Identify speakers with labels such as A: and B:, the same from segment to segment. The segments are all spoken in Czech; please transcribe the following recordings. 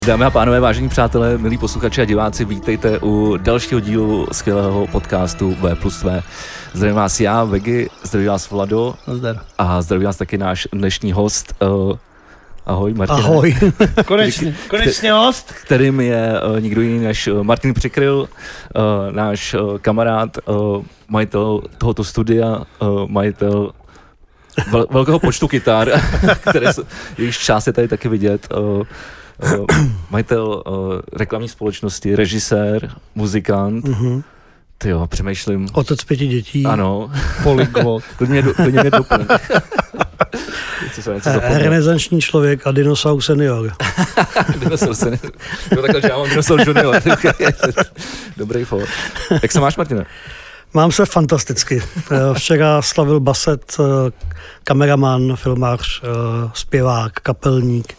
A: Dámy a pánové, vážení přátelé, milí posluchači a diváci, vítejte u dalšího dílu skvělého podcastu V+V. Zdravím vás já, Vegy, zdravím vás Vlado.
B: Nazdar.
A: A zdravím vás taky náš dnešní host. Ahoj, Martin.
B: Ahoj. Konečně host.
A: Kterým je nikdo jiný než Martin Přikryl, náš kamarád, majitel tohoto studia, majitel velkého počtu kytar, jejichž část je tady taky vidět. Majitel reklamní společnosti, režisér, muzikant. Tyjo, přemýšlím.
B: Otec 5 dětí.
A: Ano.
B: Polyglot.
A: Klidně mě doplň.
B: Renesanční člověk a dinosaur senior.
A: Dinosaur senior. Jo, takhle, že já mám dinosaur junior. Dobrý for. Jak se máš, Martine?
B: Mám se fantasticky. Včera slavil Baset, kameraman, filmář, zpěvák, kapelník.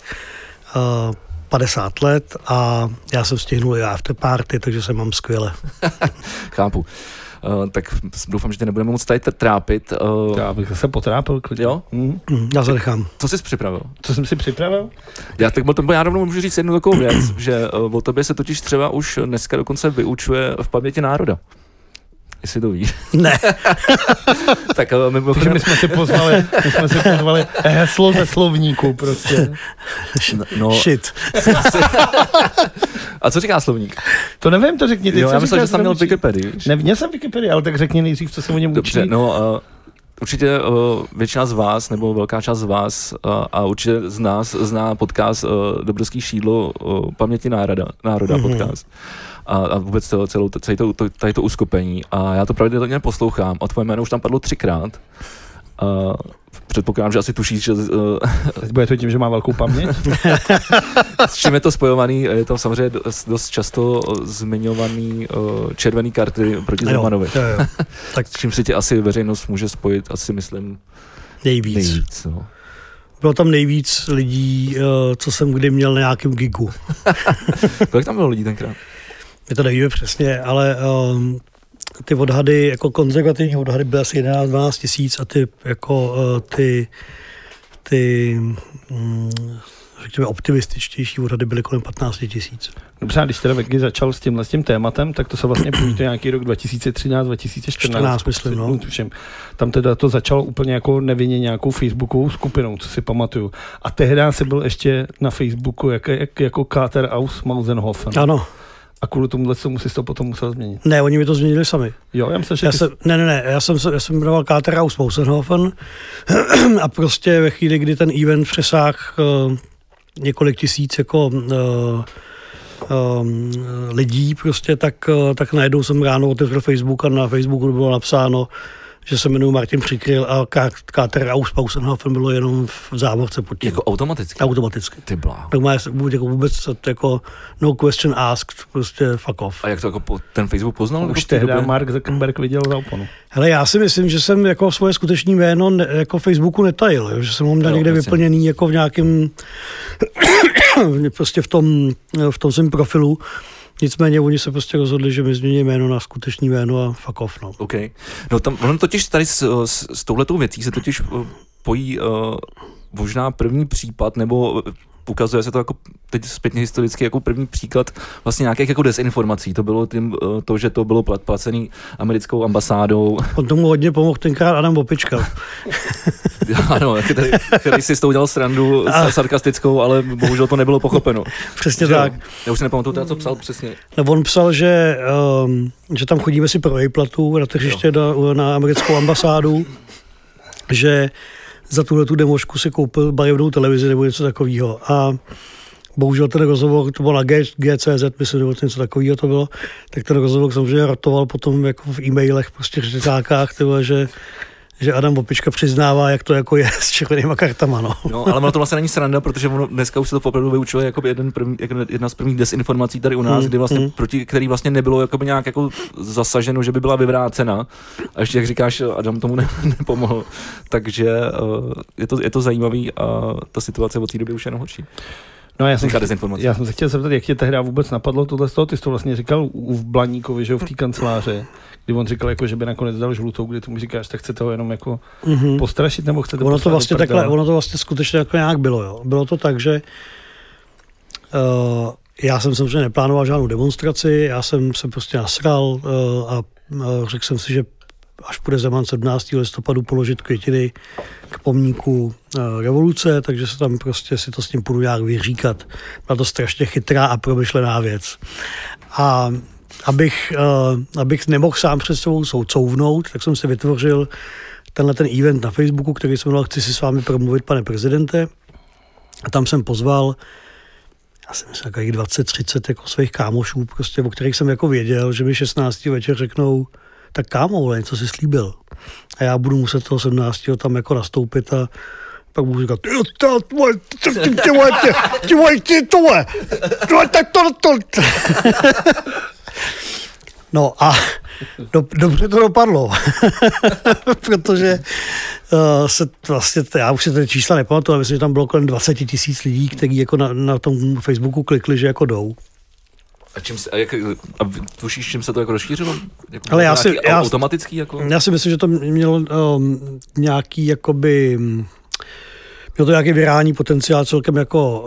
B: 50 let a já jsem stihnul i afterparty, takže se mám skvěle.
A: Chápu. Tak doufám, že tě nebudeme moc tady trápit.
B: Já bych se potrápil klidně.
A: Jo?
B: Já se nechám.
A: Co jsi připravil?
B: Co jsem si připravil?
A: Já rovnou můžu říct jednu takovou věc, že o tobě se totiž třeba už dneska dokonce vyučuje v paměti národa. Jestli to víš.
B: Ne.
A: Tak
B: my jsme si pozvali heslo ze slovníku prostě.
A: No.
B: Shit.
A: A co říká slovník?
B: To nevím, to řekni ty.
A: Jo, já myslel, že jsi tam měl Wikipedii.
B: Neměl jsem Wikipedii, ale tak řekni nejdřív, co se o něm učí.
A: Dobře, no určitě většina z vás, nebo velká část z vás a určitě z nás zná podcast Dobrovský šídlo paměti národa podcast. A vůbec celé to uskupení. A já to pravidelně poslouchám. A tvoje jméno už tam padlo 3krát. Předpokládám, že asi tušíš, že...
B: Bude to tím, že má velkou paměť?
A: S čím je to spojovaný? Je to samozřejmě dost často zmiňovaný červený karty proti Zemanovi.
B: Jo.
A: Tak s čím si tě asi veřejnost může spojit, asi myslím... Nejvíc no.
B: Bylo tam nejvíc lidí, co jsem kdy měl na nějakém gigu.
A: Kolik tam bylo lidí tenkrát?
B: My to nevíme přesně, ale ty odhady, jako konzervativní odhady byly asi 11-12 tisíc a ty řekněme optimističtější odhady byly kolem 15 tisíc.
C: Dobře, a když teda Vegy začal s tím tématem, tak to se vlastně půjde nějaký rok 2013, 2014.
B: Myslím, no.
C: Tam teda to začalo úplně jako nevinně nějakou facebookovou skupinou, co si pamatuju. A tehdy si byl ještě na Facebooku jako Kater aus Mausenhofen.
B: Ano.
C: A kvůli tomuhle tomu si to potom musel změnit.
B: Ne, oni mi to změnili sami.
C: Jo, já myslím, že...
B: Já jsem jmenoval Kater aus Mausenhofen a prostě ve chvíli, kdy ten event přesáhl několik tisíc jako lidí prostě, tak najednou jsem ráno otevřel Facebook a na Facebooku bylo napsáno, že se jmenuji Martin Přikryl a Kater aus Mausenhofen bylo jenom v závorce pod tím.
A: Jako automaticky?
B: Automaticky.
A: Ty blá.
B: Tak má jako vůbec jako no question asked, prostě fuck off.
A: A jak to jako ten Facebook poznal?
C: Už tehdy Mark Zuckerberg viděl za oponu. Hele,
B: já si myslím, že jsem jako svoje skutečné jméno jako Facebooku netajil, jo? Že jsem ho někde vlastně vyplněný jako v nějakém prostě v tom svém profilu. Nicméně oni se prostě rozhodli, že mi změní jméno na skutečný jméno a fuck off, no.
A: OK. No tam, on totiž tady s touhletou věcí se totiž pojí možná první případ, nebo ukazuje se to jako teď zpětně historicky jako první příklad vlastně nějakých jako desinformací. To bylo to, že to bylo placený americkou ambasádou.
B: On tomu hodně pomohl tenkrát Adam Vopička.
A: Ano, který si s tou udělal srandu sarkastickou, ale bohužel to nebylo pochopeno.
B: Přesně tak.
A: Já už si nepamatuju teda, co psal přesně.
B: No, on psal, že tam chodíme si pro výplatu na tržiště na americkou ambasádu, že za tu demošku si koupil barevnou televizi nebo něco takového. A bohužel ten rozhovor, to bylo na GCZ, myslím, nebo něco takového to bylo, tak ten rozhovor samozřejmě ratoval potom jako v e-mailech, prostě v řezákách, že Adam Vopička přiznává, jak to jako je s červenýma kartama, no.
A: No, ale ono to vlastně není sranda, protože dneska už se to opravdu vyučuje jako jedna z prvních desinformací tady u nás, kdy vlastně proti který vlastně nebylo jakoby nějak jako zasaženo, že by byla vyvrácena. A ještě jak říkáš, Adam tomu nepomohl. Takže je to zajímavý a ta situace od té doby už je jenom horší.
C: No, já jsem se chtěl zeptat, jak tě tehdy vůbec napadlo tohle z toho, ty jsi to vlastně říkal v Blaníkovi, že jo, v té kanceláře, kdy on říkal, jako, že by nakonec dal žlutou, kdy tomu říkáš, tak chcete ho jenom jako postrašit, nebo chcete
B: ono to vlastně skutečně jako nějak bylo, jo. Bylo to tak, že Já jsem samozřejmě neplánoval žádnou demonstraci, já jsem se prostě nasral a řekl jsem si, že až půjde Zeman 17. listopadu položit květiny k pomníku revoluce, takže se tam prostě si to s ním půjdu nějak vyříkat. Byla to strašně chytrá a promyšlená věc. A abych nemohl sám před sebou couvnout, tak jsem si vytvořil ten event na Facebooku, který jsem měl, chci si s vámi promluvit, pane prezidente. A tam jsem pozval, já jsem myslel, takových 20-30 jako svých kámošů, prostě, o kterých jsem jako věděl, že mi 16. večer řeknou, tak kámo, něco si slíbil. A já budu muset toho 17. tam jako nastoupit a pak budu říkat, no a dobře to dopadlo, protože se vlastně, já už si ty čísla nepamatuju, ale myslím, že tam bylo kolem 20 000 lidí, kteří jako na tom Facebooku klikli, že jako jdou.
A: A tušíš, čím se to jako rozšířilo? Jako
B: ale
A: automatický? Jako?
B: Já si myslím, že to mělo nějaký jakoby... Měl to nějaký virální potenciál celkem jako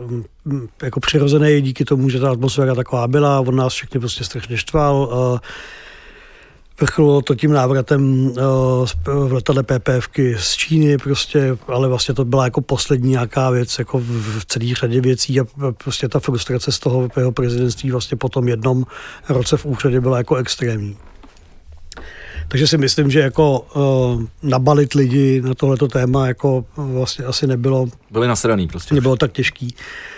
B: přirozený díky tomu, že ta atmosféra taková byla, on nás všechny prostě strašně štval. Vrcholilo to tím návratem v letadle PPFky z Číny prostě, ale vlastně to byla jako poslední nějaká věc jako v celé řadě věcí a prostě ta frustrace z toho jeho prezidentství vlastně po tom jednom roce v úřadě byla jako extrémní. Takže si myslím, že jako nabalit lidi na tohleto téma jako vlastně asi nebylo...
A: Byli nasraný prostě.
B: Nebylo tak těžký.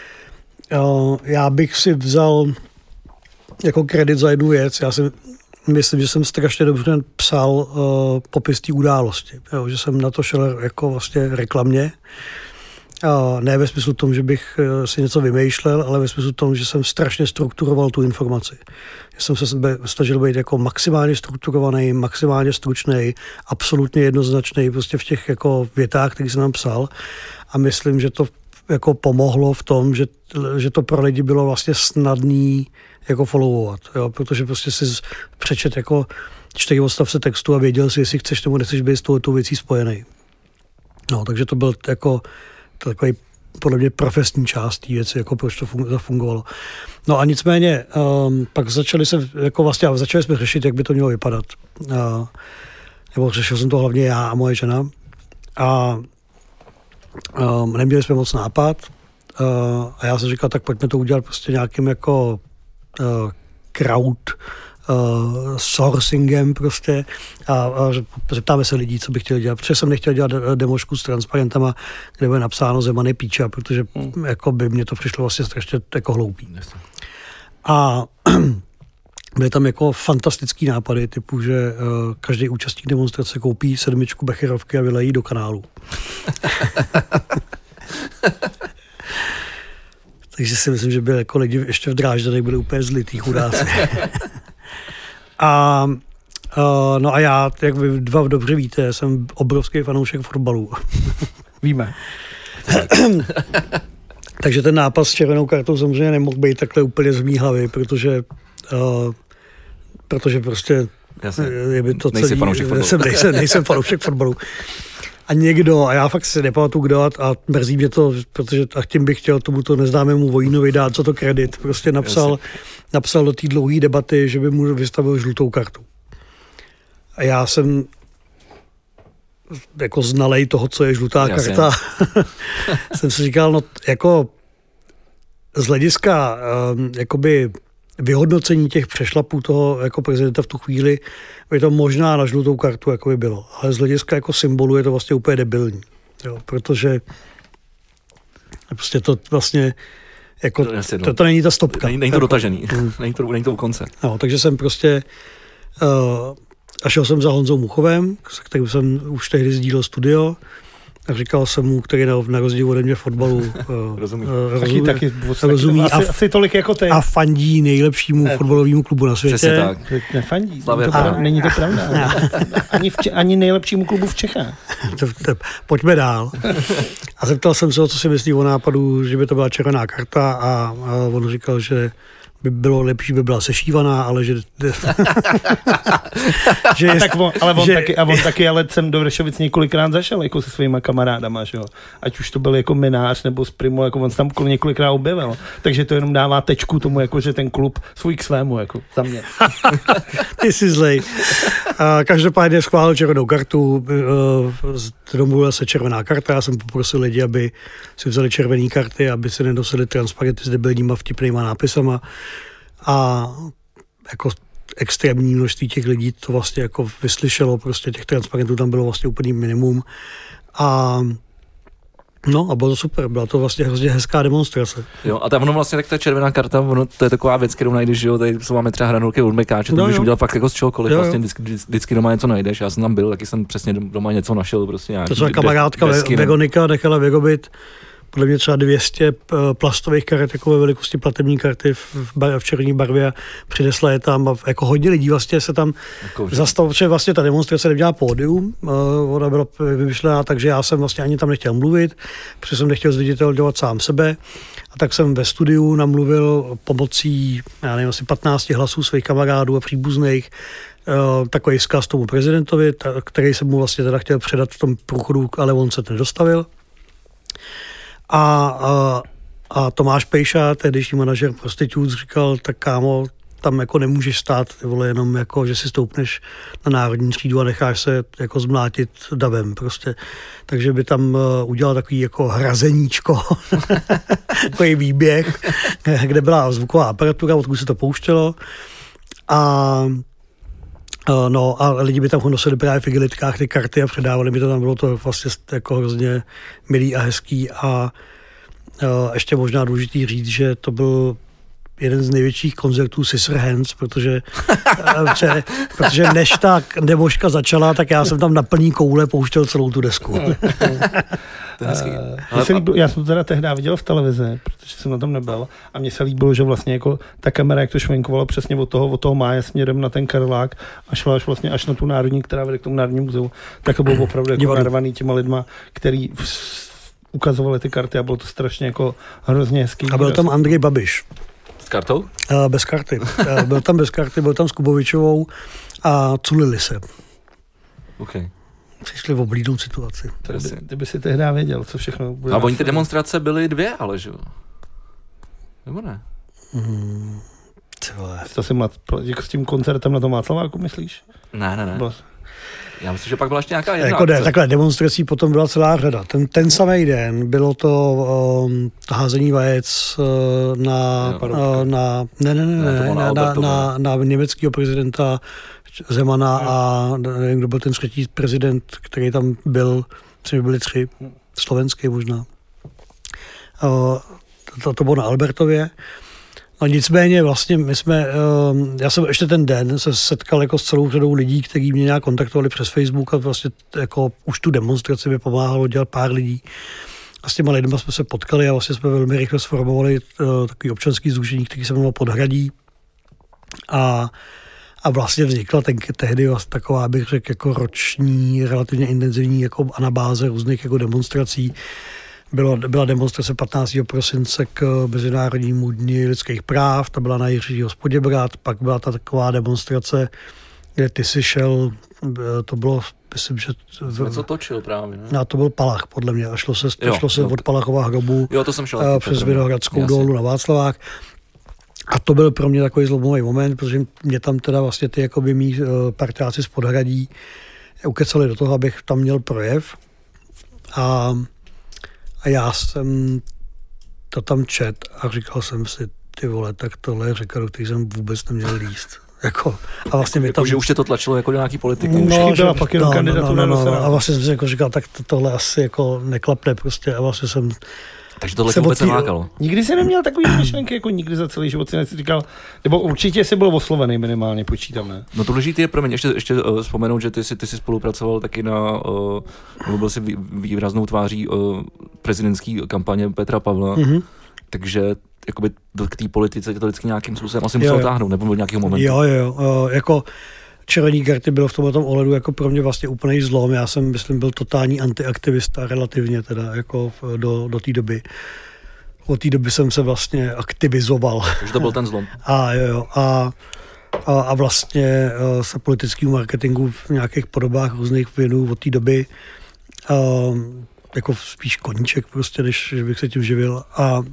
B: Já bych si vzal jako kredit za jednu věc. Já si myslím, že jsem strašně dobře psal popis té události. Jo, že jsem na to šel jako vlastně reklamně. Ne ve smyslu tom, že bych si něco vymýšlel, ale ve smyslu tom, že jsem strašně strukturoval tu informaci. Jsem se snažil být jako maximálně strukturovaný, maximálně stručný, absolutně jednoznačný prostě v těch jako větách, které jsem tam psal. A myslím, že to jako pomohlo v tom, že to pro lidi bylo vlastně snadný jako followovat, jo? Protože prostě si přečet jako 4 odstavce textu a věděl si, jestli chceš nebo nechceš být s touto věcí spojený. No, takže to byl jako takový podle mě profesní část té věci, jako proč to zafungovalo. No a nicméně pak začali jsme řešit, jak by to mělo vypadat. Nebo řešil jsem to hlavně já a moje žena. A neměli jsme moc nápad. A já jsem říkal, tak pojďme to udělat prostě nějakým jako crowd sourcingem prostě a zeptáme se lidí, co by chtěli dělat, protože jsem nechtěl dělat demošku s transparentama, kde bude napsáno Zeman je píča, protože jako by mě to přišlo vlastně strašně jako hloupý. A byly tam jako fantastický nápady, typu, že každý účastník demonstrace koupí 7 becherovky a vylejí do kanálu. Takže si myslím, že by jako lidi ještě v Drážďanech byli úplně zlitý chudáci. No a já, jak vy dva dobře víte, jsem obrovský fanoušek fotbalu.
C: Víme.
B: Takže ten nápad s červenou kartou samozřejmě nemohl být takhle úplně z mý hlavy, protože prostě je by to
A: nejsi fanoušek fotbalu.
B: Nejsem fanoušek fotbalu. A já fakt si nepamatuju kdo a mrzí mě to, protože tím bych chtěl tomuto neznámému vojínovi dát co to kredit. Prostě napsal do té dlouhé debaty, že by mu vystavil žlutou kartu. A já jsem jako znalej toho, co je žlutá karta. Jsem si říkal, no jako z hlediska jakoby vyhodnocení těch přešlapů toho jako prezidenta v tu chvíli by to možná na žlutou kartu jako by bylo. Ale z hlediska jako symbolu je to vlastně úplně debilní. Jo, protože prostě to vlastně jako, to není ta stopka.
A: Není to dotažený. Není to u konce.
B: No, takže jsem prostě a šel jsem za Honzou Muchovem, s kterým jsem už tehdy sdílel studio. A říkal jsem mu, který na rozdíl ode mě fotbalu rozumí
C: asi tolik jako ty.
B: A fandí nejlepšímu fotbalovému klubu na světě.
A: Přesně tak.
C: Nefandí. Není to pravda. Ani nejlepšímu klubu v Čechách.
B: Pojďme dál. A zeptal jsem se, co si myslí o nápadu, že by to byla červená karta a on říkal, že by bylo lepší, by byla sešívaná, ale že...
C: On taky ale sem do Vršovic několikrát zašel jako se svýma kamarádama, že jo. Ať už to byl jako Minář nebo z Primu, jako on se tam několikrát objevil. Takže to jenom dává tečku tomu, jako že ten klub svůj k svému, jako za mě.
B: Ty jsi zlej. Každopádně schválil červenou kartu, domluvila se červená karta, já jsem poprosil lidi, aby si vzali červené karty, aby si nenosili transparenty s debilníma vtipnýma nápisama a jako extrémní množství těch lidí to vlastně jako vyslyšelo, prostě těch transparentů tam bylo vlastně úplný minimum a bylo to super, byla to vlastně hrozně hezká demonstrace.
A: Jo, a tam ono vlastně tak ta červená karta, ono to je taková věc, kterou najdeš, že jo, tady máme třeba hranolky od Mekáče, to můžeš udělat fakt jako z čehokoliv, vlastně vždycky doma něco najdeš, já jsem tam byl, taky jsem přesně doma něco našel, prostě nějaký.
B: To co kamarádka Veronika nechala vyrobit, podle mě třeba 200 plastových karet jako ve velikosti platební karty v červené barvě, přinesla je tam a jako hodně lidí vlastně se tam zastavilo, protože vlastně ta demonstrace neměla pódium, ona byla vymyšlená, takže já jsem vlastně ani tam nechtěl mluvit, protože jsem nechtěl zviditelňovat sám sebe a tak jsem ve studiu namluvil pomocí, já nevím, asi 15 hlasů svých kamarádů a příbuzných takový vzkaz tomu prezidentovi, který jsem mu vlastně teda chtěl předat v tom průchodu, ale on se nedostavil. A Tomáš Pejša, tehdejší manažer Prostitutes, říkal, tak kámo, tam jako nemůžeš stát, ty vole, jenom jako, že si stoupneš na národní třídu a necháš se jako zmlátit davem prostě. Takže by tam udělal takový jako hrazeníčko, takový výběh, kde byla zvuková aparatura, odkud se to pouštělo a lidi by tam nosili právě v igelitkách ty karty a předávali mi to tam, bylo to vlastně jako hrozně milý a hezký a ještě možná důležitý říct, že to byl jeden z největších koncertů Sister Hands, protože než ta demoška začala, tak já jsem tam na plný koule pouštěl celou tu desku.
C: Já jsem to teda tehdy viděl v televizi, protože jsem na tom nebyl a mně se líbilo, že vlastně jako ta kamera, jak to švenkovala přesně od toho máje směrem na ten Karlák a šla až na tu národní, která vede k tomu Národnímu muzeu, tak to bylo opravdu jako narvaný těma lidma, který ukazovali ty karty a bylo to strašně jako hrozně hezký.
B: A byl tam Andrej Babiš.
A: S kartou?
B: Bez karty. Byl tam bez karty, byl tam s Kubovičovou a culili se.
A: Okay.
B: Přišli v oblídnou situaci.
C: Kdyby si tehdy věděl, co všechno bude.
A: A oni ty demonstrace byly 2, ale že jo? Nebo ne?
C: To si jako s tím koncertem na tom Václaváku, myslíš?
A: Ne. Já myslím, že pak byla ještě nějaká jedna
B: jako takhle demonstrací potom byla celá řada. Ten samý den bylo to házení vajec na německého prezidenta Zemana a nevím, kdo byl ten třetí prezident, který tam byl, byli 3, slovenský možná. To bylo na Albertově. No nicméně vlastně já jsem ještě ten den se setkal jako s celou řadou lidí, kteří mě nějak kontaktovali přes Facebook a vlastně jako už tu demonstraci mi pomáhalo dělat pár lidí. A s těma lidma jsme se potkali a vlastně jsme velmi rychle sformovali takový občanský sdružení, který se jmenoval Podhradí. A vlastně vznikla tehdy vlastně taková, bych řekl, jako roční, relativně intenzivní jako anabáze různých jako demonstrací. Byla demonstrace 15. prosince k Mezinárodnímu dni lidských práv, ta byla na Jiřího Spoděbrat, pak byla ta taková demonstrace, kde ty si šel, to bylo, myslím, že...
A: Co točil právě, ne?
B: A to byl Palach, podle mě, a šlo se od Palachova hrobu
A: to jsem šel
B: přes Vinohradskou dolu na Václavák. A to byl pro mě takový zlomový moment, protože mě tam teda vlastně ty jakoby mý parťáci z Podhradí ukecali do toho, abych tam měl projev. A já jsem to tam čet a říkal jsem si, ty vole, tak tohle je řeka, do který jsem vůbec neměl líst. Jako, a vlastně mi tam...
A: Že už tě to tlačilo jako do nějaký politiky.
C: Byla pak jenom kandidatura do Senátu.
B: A vlastně jsem si jako říkal, tak tohle asi jako neklapne prostě a vlastně jsem...
A: Takže tohle se vůbec nelákalo.
C: Nikdy jsi neměl takový myšlenky, jako nikdy za celý život si říkal, nebo určitě jsi byl oslovený minimálně, počítám, ne?
A: No to důležitý je pro mě ještě vzpomenout, že ty jsi spolupracoval taky byl jsi výraznou tváří prezidentské kampaně Petra Pavla, takže jakoby k té politice tě to vždycky nějakým způsobem asi musel táhnout, nebo od nějakého momentu.
B: Jo, jako červený karty bylo v tomhle ohledu jako pro mě vlastně úplný zlom. Já jsem, myslím, byl totální antiaktivista relativně teda jako do té doby. Od té doby jsem se vlastně aktivizoval.
A: Takže to byl ten zlom.
B: A vlastně se politickému marketingu v nějakých podobách různých věnů od té doby jako spíš koníček prostě, než bych se tím živil. A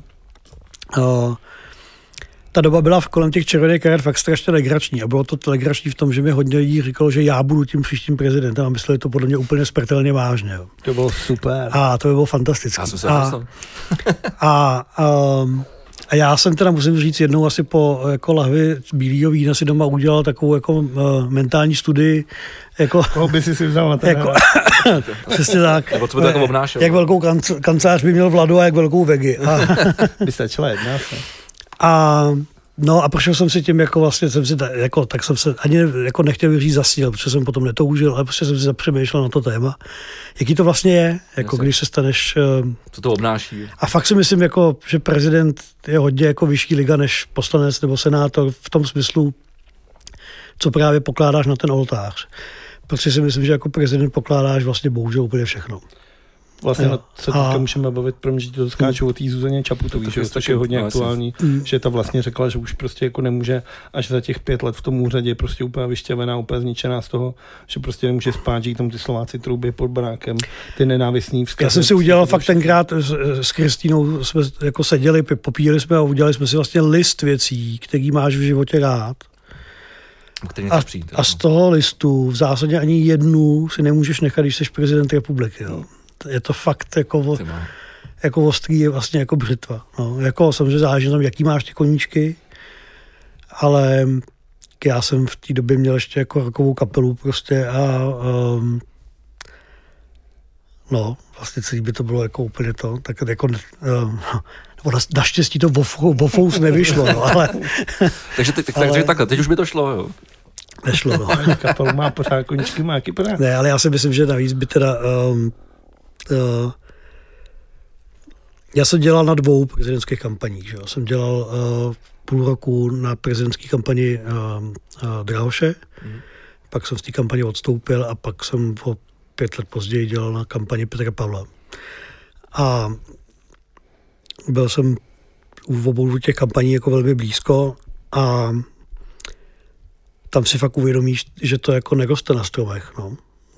B: ta doba byla kolem těch červených karet fakt strašně legrační a bylo to legrační v tom, že mi hodně lidí říkalo, že já budu tím příštím prezidentem a mysleli to podle mě úplně smrtelně vážně. Jo.
C: To bylo super.
B: A to by bylo fantastické. A já jsem teda, musím říct, jednou asi po jako lahvi bílýho vína si doma udělal takovou jako mentální studii. Jako,
C: koho by si vzal na ten
B: jako, přesně tak.
A: Nebo co by to jako obnášel?
B: Jak velkou kancelář by měl Vlado a jak velkou vegi.
C: By stačila jedna.
B: No a prošel jsem si tím, jako vlastně jsem si, jako, tak jsem se ani jako nechtěl říct zasnil, protože jsem potom netoužil, ale prostě jsem si zapřemýšlel na to téma. Jaký to vlastně je, jako když se staneš...
A: Co to obnáší?
B: A fakt si myslím, jako, že prezident je hodně jako vyšší liga než poslanec nebo senátor v tom smyslu, co právě pokládáš na ten oltář. Protože si myslím, že jako prezident pokládáš vlastně bohužel úplně všechno.
C: Vlastně se teďka můžeme bavit, protože to skáču o té Zuzaně Čaputový, že to je hodně aktuální, že ta vlastně řekla, že už prostě jako nemůže až za těch 5 let v tom úřadě prostě úplně vyšťavená, úplně zničená z toho, že prostě nemůže spát, že tam ty Slováci troubí pod barákem, ty nenávistný vzkazy.
B: Já jsem si udělal fakt tenkrát s Kristýnou, jsme jako seděli, popíjeli jsme a udělali jsme si vlastně list věcí, který máš v životě rád. A z toho listu v zásadě ani jednu si nemůžeš nechat, když jsi prezident republiky. Jo. Je to fakt jako ostrý, je vlastně jako břitva. No, jako samozřejmě záleží na tom, jaký máš ty koníčky, ale já jsem v té době měl ještě jako rockovou kapelu prostě a no, vlastně celý by to bylo jako úplně to, tak jako naštěstí to Wofous nevyšlo, no, ale...
A: takže takhle, teď už by to šlo, jo?
B: Nešlo, no.
C: Kapelu má pořád koníčky, má pořád.
B: Ne, ale já si myslím, že navíc by teda... já jsem dělal na 2 prezidentských kampaních. Že? Jsem dělal půl roku na prezidentské kampani Drahoše, pak jsem z té kampaně odstoupil a pak jsem o 5 let později dělal na kampani Petra Pavla. A byl jsem u obou těch kampaní jako velmi blízko a tam si fakt uvědomíš, že to jako neroste na stromech, no.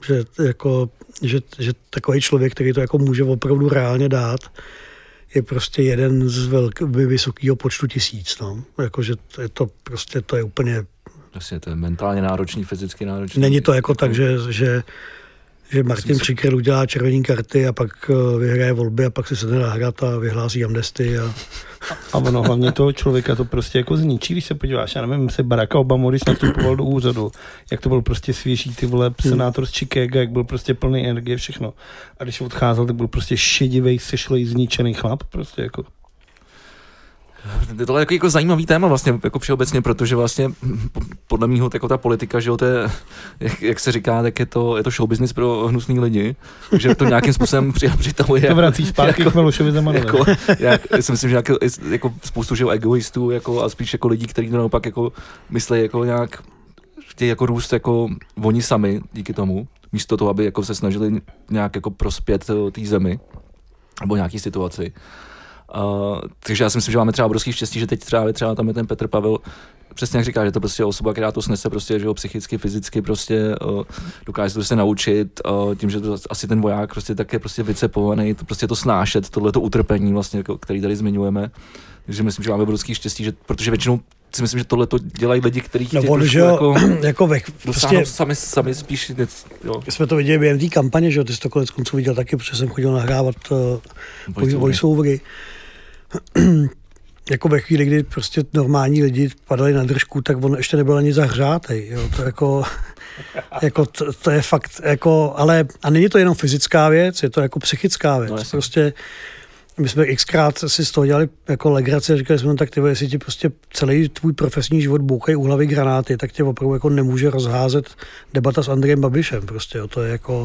B: Že takový člověk, který to jako může opravdu reálně dát, je prostě jeden z vysokého počtu 1000. No. Jako, že to je úplně...
A: Vlastně to je mentálně náročný, fyzicky náročný.
B: Není to jako tak, že Martin Příkrel udělá červený karty a pak vyhraje volby a pak si sedne nahrát a vyhlásí amnestii.
C: A ono hlavně toho člověka to prostě jako zničí, když se podíváš, já nevím, se Baracka Obama, když nastupoval do úřadu, jak to byl prostě svěží, ty vole, senátor z Chicaga, jak byl prostě plný energie, všechno. A když odcházel, tak byl prostě šedivej, sešlej, zničený chlap, prostě jako.
A: Tohle je jako zajímavý téma vlastně, jako všeobecně, protože vlastně podle mýho jako ta politika, že jo, to je, jak se říká, tak je to show business pro hnusný lidi, že to nějakým způsobem přitahuje.
C: To vrací zpátky k Milošovi Zemanovi.
A: Já si myslím, že jako spoustu že egoistů jako, a spíš jako lidí, kteří to naopak jako myslí jako nějak, chtějí jako růst jako oni sami díky tomu, místo toho, aby jako se snažili nějak jako prospět té zemi nebo nějaký situaci. Takže já si myslím, že máme třeba obrovský štěstí, že teď třeba tam je ten Petr Pavel, přesně jak říká, že to prostě osoba, která to snese prostě, že ho psychicky, fyzicky prostě dokáže to se naučit, tím, že to asi ten voják prostě tak je prostě vycepovaný, to prostě to snášet, tohleto utrpení vlastně, který tady zmiňujeme. Takže myslím, že máme obrovský štěstí, že, protože většinou si myslím, že tohle to dělají lidi, kteří chtějí
B: jako
A: prostě sami spíš. Jo.
B: Jsme to viděli během té kampaně, že ty jsi to konec konců viděl taky, protože jsem chodil nahrávat voiceovery. Jako ve chvíli, kdy prostě normální lidi padali na držku, tak on ještě nebyl ani zahřátej. Jo. To je fakt, jako, ale a není to jenom fyzická věc, je to jako psychická věc. No, prostě my jsme xkrát si z toho dělali jako legraci a říkali jsme, no tak ty, jestli ti prostě celý tvůj profesní život bouchají u hlavy granáty, tak tě opravdu jako nemůže rozházet debata s Andrejem Babišem. Prostě, jo. To je jako...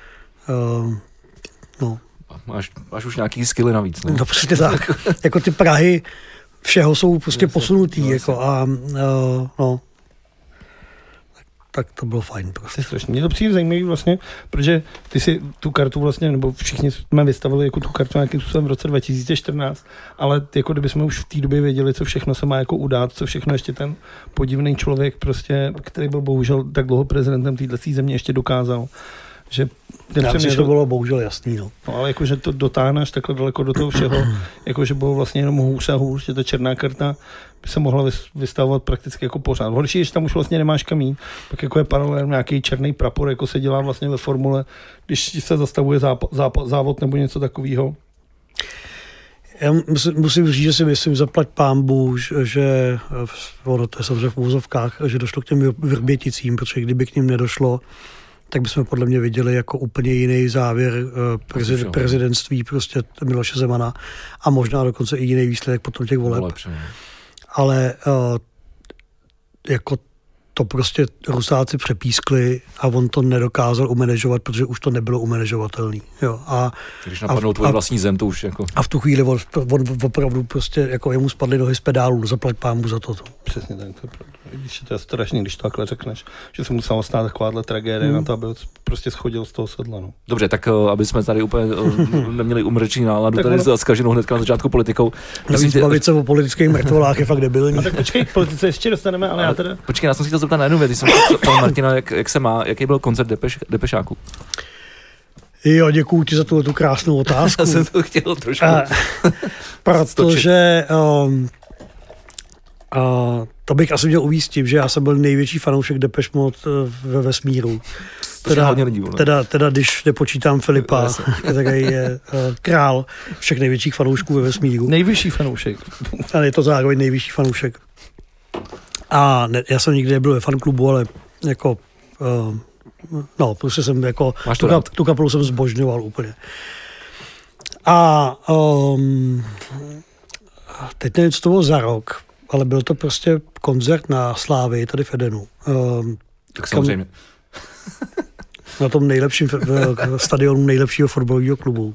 B: no.
A: Máš už nějaký skilly navíc.
B: No prostě tak. Jako ty prahy všeho jsou prostě posunutý. Jako, a no. tak to bylo fajn. Prostě.
C: Mě to přijde zajímavý vlastně, protože ty si tu kartu vlastně, nebo všichni jsme vystavili jako tu kartu nějakým způsobem v roce 2014, ale jako kdyby jsme už v té době věděli, co všechno se má jako udát, co všechno ještě ten podivný člověk prostě, který byl bohužel tak dlouho prezidentem této země, ještě dokázal. Že
B: to bylo bohužel jasný. No,
C: ale jakože to dotáhneš takhle daleko do toho všeho, jakože bylo vlastně jenom hůř a hůř, že ta černá karta by se mohla vystavovat prakticky jako pořád. Horší je, že tam už vlastně nemáš kam jít, pak jako je paralelně nějaký černý prapor, jako se dělá vlastně ve formule, když se zastavuje závod nebo něco takového.
B: Já musím říct, že si myslím, zaplať pánbu, že ono to je samozřejmě v úzovkách, že došlo k těm Vrběticím, protože kdyby k ním nedošlo, tak bychom podle mě viděli jako úplně jiný závěr prezidentství prostě Miloše Zemana a možná dokonce i jiný výsledek potom těch voleb. Ale jako to prostě Rusáci přepískli a on to nedokázal umanežovat, protože už to nebylo umanežovatelný. Jo.
A: Když napadnou tvoji vlastní zem, to už jako...
B: A v tu chvíli on opravdu prostě, jako jemu spadly nohy z pedálů, zaplať pámu za to.
C: Přesně tak, to je pravda. Víš, to je strašný, když to takhle řekneš, že se musela stát takováhle tragédie na to, aby prostě schodil z toho sedla. No.
A: Dobře, tak aby jsme tady úplně neměli umrčí náladu, tady zkaženou hnedka na začátku politikou.
B: Navíc bavit se o politických mrtvolách je fakt debilní.
C: A tak počkej, k politice ještě dostaneme, ale já teda...
A: Počkej, já jsem si chtěl zeptat na jednu věc, když jsem ptal Martina, jak se má, jaký byl koncert Depešáku?
B: Jo, děkuju ti za tu krásnou otázku.
A: Já jsem to chtěl trošku
B: protože to bych asi měl uvístit, že já jsem byl největší fanoušek Depeche Mode ve vesmíru. Teda když nepočítám Filipa, který je král všech největších fanoušků ve vesmíru.
C: Nejvyšší fanoušek.
B: Ale je to zároveň nejvyšší fanoušek. A já jsem nikdy nebyl ve fanklubu, ale jako prostě jsem jako tu kapelu jsem zbožňoval úplně. A teď nevím, co to bylo za rok, ale byl to prostě koncert na Slávii tady v Edenu.
A: Tak samozřejmě.
B: Na tom nejlepším stadionu nejlepšího fotbalového klubu.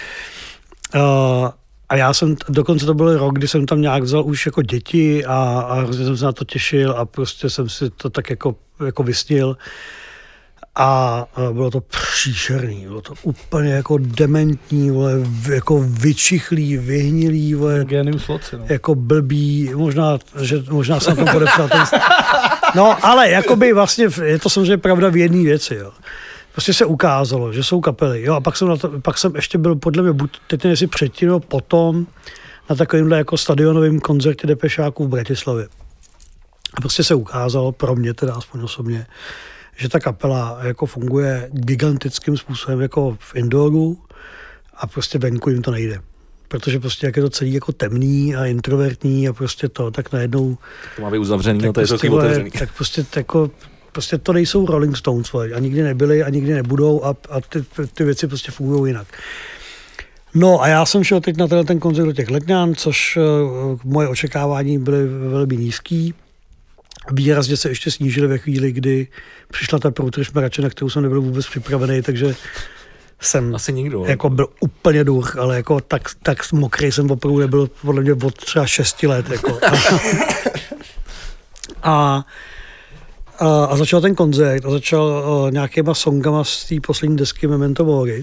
B: A já jsem, dokonce to byl rok, kdy jsem tam nějak vzal už jako děti a hrozně jsem se na to těšil a prostě jsem si to tak jako vysnil. A bylo to příšerný, bylo to úplně jako dementní, vole, jako vyčichlý, vyhnilý, vole, jako blbý, možná jsem tam podepsal ten... No, ale jakoby vlastně, je to samozřejmě pravda v jedné věci, jo. Prostě se ukázalo, že jsou kapely, jo, a pak jsem ještě byl podle mě, buď teď nevím, jestli předtím, nebo potom, na takovýmhle jako stadionovém koncertě Depešáků v Bratislavě. A prostě se ukázalo, pro mě teda aspoň osobně, že ta kapela jako funguje gigantickým způsobem jako v indooru a prostě venku jim to nejde. Protože prostě jak je to celý jako temný a introvertní a prostě to, tak najednou...
A: To má být uzavřený, no to
B: prostě,
A: je to otevřený.
B: Tak prostě jako... Prostě to nejsou Rolling Stones, a nikdy nebyli a nikdy nebudou a ty věci prostě fungují jinak. No a já jsem šel teď na ten koncert do těch Letňan, což moje očekávání byly velmi nízký. Výrazně se ještě snížily ve chvíli, kdy přišla ta průtrž Mrače, na kterou jsem nebyl vůbec připravený, takže jsem
A: asi nikdo,
B: jako byl úplně duch, ale jako tak mokrý jsem opravdu nebyl podle mě od třeba 6 let. Jako. A začal ten koncert a začal nějakýma songama z té poslední desky Memento Mori,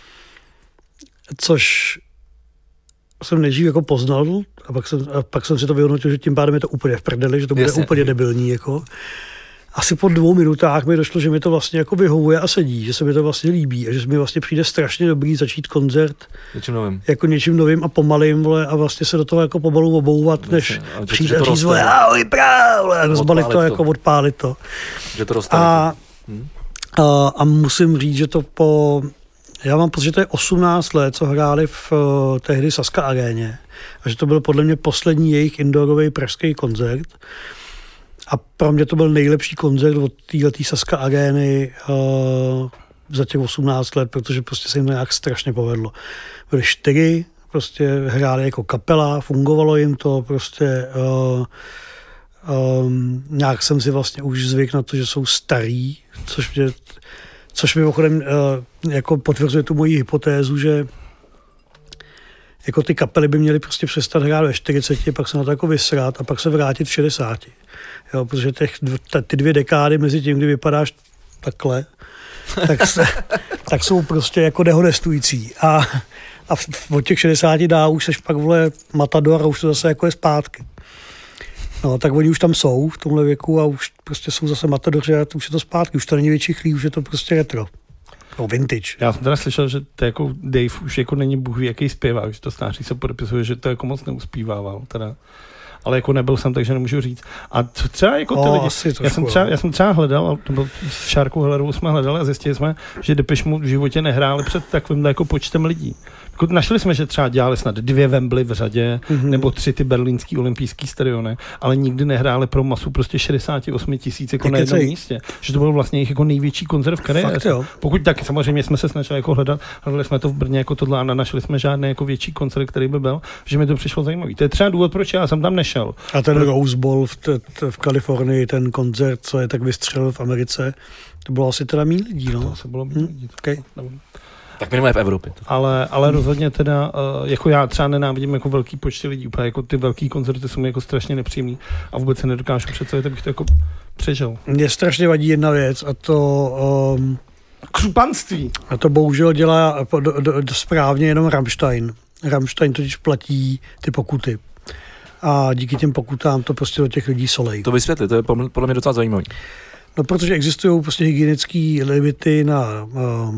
B: což jsem nejdřív jako poznal a pak jsem si to vyhodnotil, že tím pádem je to úplně v prdeli, že to bude úplně debilní. Jako. Asi po 2 minutách mi došlo, že mi to vlastně jako vyhovuje a sedí, že se mi to vlastně líbí a že mi vlastně přijde strašně dobrý začít koncert jako něčím novým a pomalým, vole, a vlastně se do toho jako pomalu obouvat, než přijde a říct, vole, ahoj, a rozbalit to, jako odpálit to.
A: Že to roste.
B: A musím říct, že to já mám pocit, že to je 18 let, co hráli v tehdy Sazka aréně a že to byl podle mě poslední jejich indoorový pražský koncert. A pro mě to byl nejlepší koncert od této Sazka arény za těch 18 let, protože prostě se jim to nějak strašně povedlo. Byli 4, prostě hráli jako kapela, fungovalo jim to, prostě nějak jsem si vlastně už zvyk na to, že jsou starý, což mimochodem jako potvrzuje tu moji hypotézu, že jako ty kapely by měly prostě přestat hrát ve 40, pak se na to jako vysrat a pak se vrátit v 60. Jo, protože ty 2 dekády mezi tím, kdy vypadáš takhle, tak jsou prostě jako dehonestující. A od těch 60 dá už seš pak, vole, matador a už to zase jako je zpátky. No, tak oni už tam jsou v tomhle věku a už prostě jsou zase matadoři a už je to zpátky. Už to není větší chlí, už je to prostě retro. No, vintage.
C: Já jsem teda slyšel, že to jako Dave už jako není bůh ví jaký zpěvák, že to stáří se podepisuje, že to jako moc neuspívával teda. Ale jako nebyl jsem, takže nemůžu říct. A třeba jako ty lidi, já jsem třeba hledal, nebo s Šárkou Hellerovou jsme hledali a zjistili jsme, že Depeche Mode v životě nehráli před takovým jako počtem lidí. Jako našli jsme, že třeba dělali snad 2 Wembley v řadě, nebo 3 ty berlínský olympijský stadiony, ale nikdy nehráli pro masu prostě 68 000 jako na jednom místě. Že to byl vlastně jejich jako největší koncert v kariéře. Pokud tak, samozřejmě jsme se snažili jako hledali jsme to v Brně jako tohle a našli jsme žádný jako větší koncert, který by byl, že mi to přišlo zajímavý. To je třeba důvod, proč já jsem tam nešel.
B: A ten Rose Bowl v Kalifornii, ten koncert, co je tak vystřelil v Americe, to bylo asi teda méně lidí, no?
C: To asi bylo méně lidí.
B: Okay.
A: Tak minimálně v Evropě.
C: Ale rozhodně teda, jako já třeba nenávidím jako velký počty lidí, úplně jako ty velký koncerty jsou mi jako strašně nepříjemný a vůbec se nedokážu představit, abych to jako přežil.
B: Mně strašně vadí jedna věc a to...
C: křupanství.
B: A to bohužel dělá správně jenom Rammstein. Rammstein totiž platí ty pokuty. A díky těm pokutám to prostě do těch lidí solej.
A: To vysvětli, to je podle mě docela zajímavé.
B: No, protože existují prostě hygienické limity na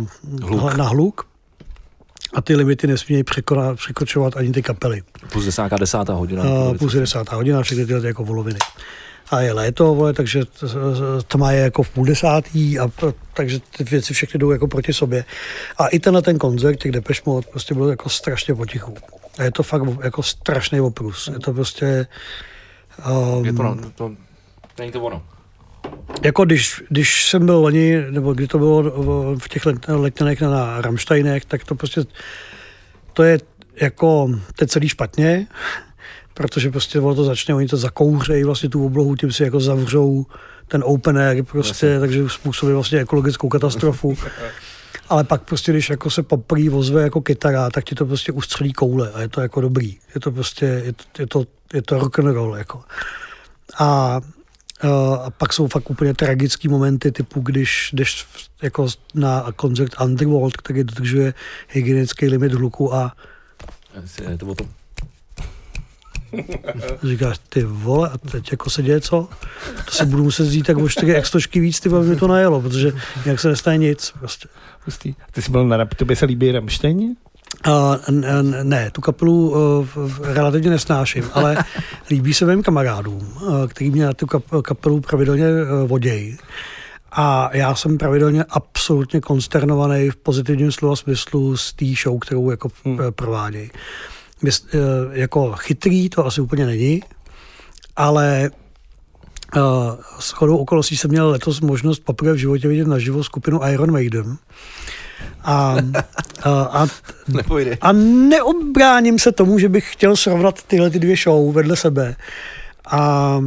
B: hluk a ty limity nesmí překročovat ani ty kapely.
A: Plus 10. hodina.
B: Plus 10. hodina, všechny tyhle jako voloviny. A je léto, vole, takže tma je jako v 9:30 takže ty věci všechny jdou jako proti sobě. A i ten koncert těch Depeche Mode prostě byl jako strašně potichu. A je to fakt jako strašný oprus. Je to prostě...
A: je to není to ono.
B: Jako když jsem byl loni, nebo kdy to bylo v těch letněnech na Rammsteinech, tak to prostě, to je jako, to je celý špatně, protože prostě to začne, oni to zakouřejí vlastně tu oblohu, tím si jako zavřou ten open air prostě, takže způsobí vlastně ekologickou katastrofu. Ale pak prostě, když jako se poprý ozve jako kytara, tak ti to prostě ustřelí koule a je to jako dobrý. Je to prostě, je to rock and roll jako. A pak jsou fakt úplně tragický momenty, typu když jdeš jako na koncert Underworld, který dodržuje hygienický limit hluku a
A: je to o tom.
B: Říkáš, ty vole, a teď jako se děje co? To si budu muset vzít tak o 4 extošky víc, ty aby mi to najelo, protože jinak se nestane nic. Prostě.
C: Pustý. Ty jsi byl na tobě se líbí Rammstein?
B: Ne, tu kapelu relativně nesnáším, ale líbí se mým kamarádům, který mě na tu kapelu pravidelně vodějí. A já jsem pravidelně absolutně konsternovaný v pozitivním slova smyslu z té show, kterou jako provádějí. Jako chytrý to asi úplně není, ale shodou okolností jsem měl letos možnost poprvé v životě vidět naživo skupinu Iron Maiden. A neobráním se tomu, že bych chtěl srovnat tyhle ty 2 show vedle sebe. A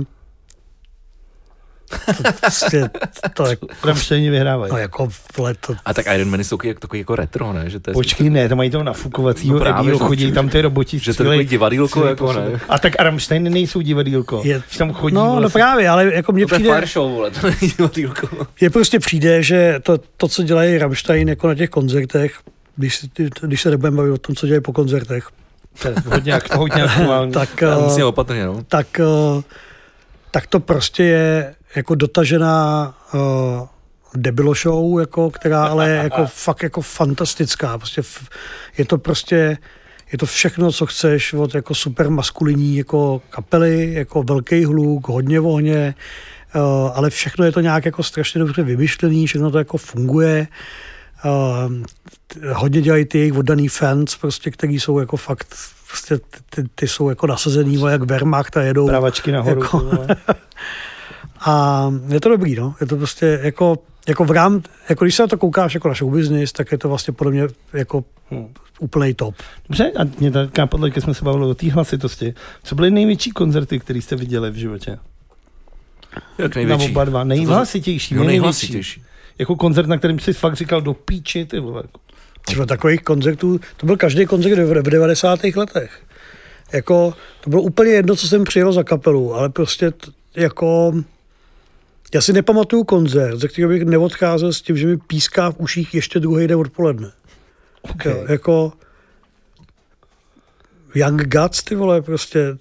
B: to je...
C: Rammsteini vyhrávají.
B: No jako to...
A: A tak Iron Man jsou takový jako retro, ne? Že to je
C: počkej, ne, tam mají toho nafukovacího Eddieho, chodí tam ty roboti.
A: Že to je takový divadýlko, jako ne?
C: A tak Rammstein nejsou divadýlko. Tam chodí
B: no právě, ale jako mně přijde...
A: To je fire show, vole, to není divadýlko.
B: Je prostě přijde, že to, co dělají Rammstein jako na těch koncertech, když se nebudeme bavit o tom, co dělají po koncertech,
C: hodně aktuální.
B: Tak
A: musím opatrně, no.
B: Tak to prostě je jako dotažená debilo show, jako, která ale je jako fakt jako fantastická. Prostě je to všechno, co chceš od jako super maskulinní jako kapely, jako velký hluk, hodně ohně, ale všechno je to nějak jako strašně dobře vymyšlený, všechno to jako funguje. Hodně dělají ty jejich oddaný fans, prostě, který jsou jako fakt, prostě ty jsou jako nasazený, jak Wehrmacht a jedou.
C: Pravačky nahoru.
B: A je to dobrý, no. Je to prostě jako jako když se na to koukáš jako na show business, tak je to vlastně podle mě jako úplnej top.
C: Dobře, a mě tak napadlo, když jsme se bavili o té hlasitosti. Co byly největší koncerty, které jste viděli v životě?
A: Jak největší?
C: Na oba dva. Nejhlasitější.
A: Nejhlasitější.
C: Jako koncert, na kterém jsi fakt říkal do píči, ty vole.
B: Třeba takových koncertů, to byl každý koncert v 90. letech. Jako, to bylo úplně jedno, co jsem přijel za kapelu, ale prostě jako... Já si nepamatuju koncert, ze kterého bych neodcházel s tím, že mi píská v uších ještě druhý den odpoledne. Okay. Jako Young Guts, ty vole, prostě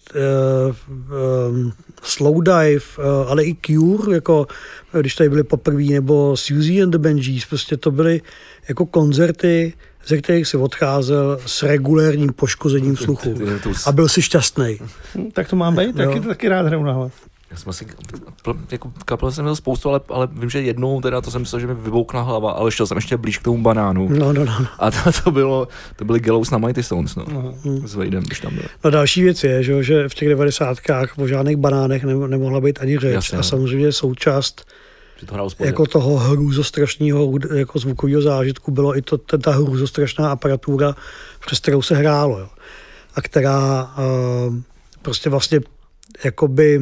B: Slow Dive, ale i Cure, jako když tady byli poprvé, nebo Susie and the Banshees, prostě to byly jako koncerty, ze kterých si odcházel s regulérním poškozením sluchu. A byl si šťastný.
C: Tak to mám být, taky rád hraju na hlas.
A: Já jsem asi, jako kapel jsem měl spoustu, ale vím, že jednou teda to jsem myslel, že mi vyboukla hlava, ale šel jsem ještě blíž k tomu banánu.
B: No.
A: A to byly Gallows na Mighty Stones, no. S Vadem, když tam byl.
B: No další věc je, že v těch 90kách o žádných banánech nemohla být ani řeč. Jasně. A samozřejmě součást jako toho hrůzostrašného jako zvukového zážitku bylo i ta hrůzostrašná aparatura, přes kterou se hrálo. Jo. A která prostě vlastně jakoby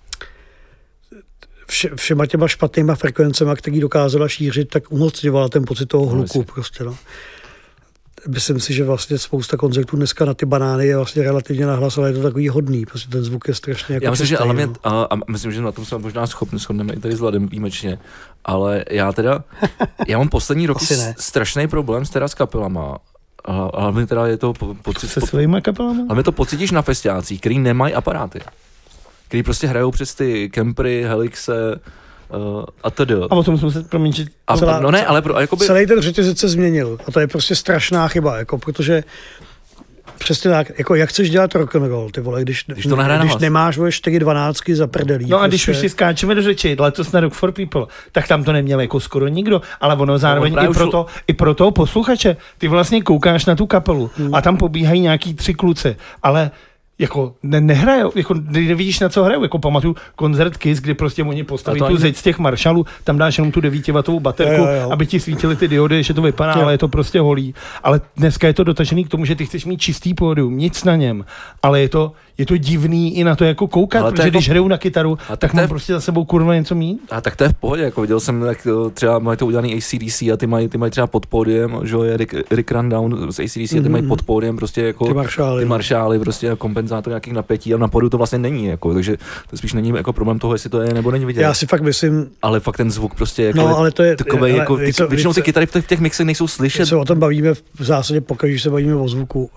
B: všema těma špatnýma frekvencema, který dokázala šířit, tak umocňovala ten pocit toho hluku. Prostě, no. Myslím si, že vlastně spousta koncertů dneska na ty banány je vlastně relativně nahlas, ale je to takový hodný, protože ten zvuk je strašně jako
A: já myslím,
B: čistý,
A: že a myslím, že na tom jsme možná shodneme i tady s Vladem výjimečně, ale já mám poslední roky strašný problém s kapelama. Ale mi teda je to pocit...
C: Se svýma kapelama?
A: Ale mi to pocítíš na festiácích, který nemají aparáty. Který prostě hrajou přes ty Kempry, Helixe a tedy.
C: A o tom jsme se proměnit.
B: Celý ten řetězec se změnil a to je prostě strašná chyba, jako, protože přesně tak, jako jak chceš dělat rock'n'roll, ty vole, když nemáš 4/12 za prdelí.
C: No a když už si skáčeme do řeči, letos na Rock for People, tak tam to neměl jako skoro nikdo, ale ono zároveň i pro toho posluchače, ty vlastně koukáš na tu kapelu a tam pobíhají nějaký 3 kluci, ale jako nehrajou, jako nevidíš, na co hrajou, jako pamatuju koncert Kiss, kdy prostě oni postaví tu zeď z těch Marshallů, tam dáš jenom tu 9W baterku, aby ti svítily ty diody, že to vypadá, ale je to prostě holý. Ale dneska je to dotažený k tomu, že ty chceš mít čistý pódium, nic na něm, ale je to divný i na to jako koukat, ale protože jako, když hraju na kytaru, tak mám prostě za sebou kurva něco mít.
A: A tak to je v pohodě, jako viděl jsem, jak třeba mají to udělaný AC/DC a ty mají třeba pod pódiem, že je Rick Rundown z AC/DC a ty mají pod pódiem prostě jako ty maršály prostě kompenzátor nějakých napětí a na pódiu to vlastně není, jako, takže to spíš není jako problém toho, jestli to je nebo není vidět.
B: Já si fakt myslím,
A: ale fakt ten zvuk prostě jako ale to je takovej, jako většinou ty kytary v těch mixech nejsou slyšet.
B: Se o tom bavíme v zásadě pokaždé, že se bavíme o zvuku.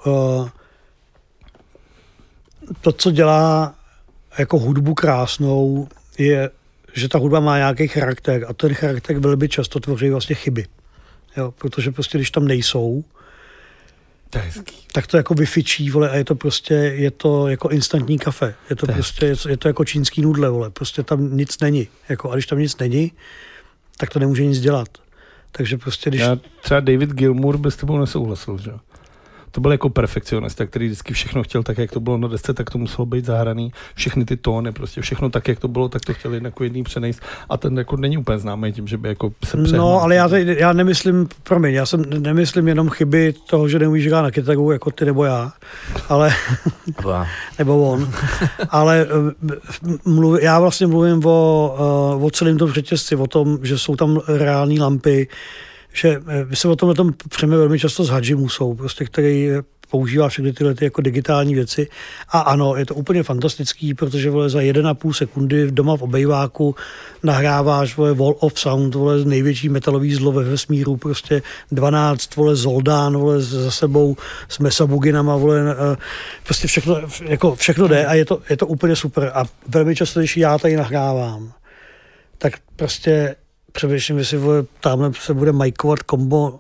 B: To, co dělá jako hudbu krásnou, je, že ta hudba má nějaký charakter a ten charakter velmi často tvoří vlastně chyby. Jo, protože prostě, když tam nejsou, tak to jako vyfičí, vole, a je to jako instantní kafe. Je to prostě, je to jako čínský nudle, vole, prostě tam nic není. Jako, a když tam nic není, tak to nemůže nic dělat. Takže prostě, když...
C: Já třeba David Gilmour by s tebou nesouhlasil, že? To byl jako perfekcionista, který vždycky všechno chtěl tak, jak to bylo na desce, tak to muselo být zahraný. Všechny ty tóny, prostě všechno tak, jak to bylo, tak to chtěli jako jedný přenést. A ten jako není úplně známý tím, že by jako se přehnal.
B: No, ale já nemyslím, nemyslím jenom chyby toho, že neumíš hrát na kytaru, jako ty nebo já, ale nebo on. Ale já vlastně mluvím o celém tom řetězci, o tom, že jsou tam reální lampy, že my se o tom přeme velmi často s Hadži Musou, prostě, který používá všechny tyhle jako digitální věci. A ano, je to úplně fantastický, protože vole, za 1,5 sekundy doma v obejváku nahráváš vole, Wall of Sound, vole, největší metalový zlo ve vesmíru, prostě 12 vole, Zoldán vole, za sebou s Mesabuginama, vole, prostě všechno jde a je to úplně super. A velmi často, když já tady nahrávám, tak prostě přemýšlím, jestli tamhle se bude majkovat kombo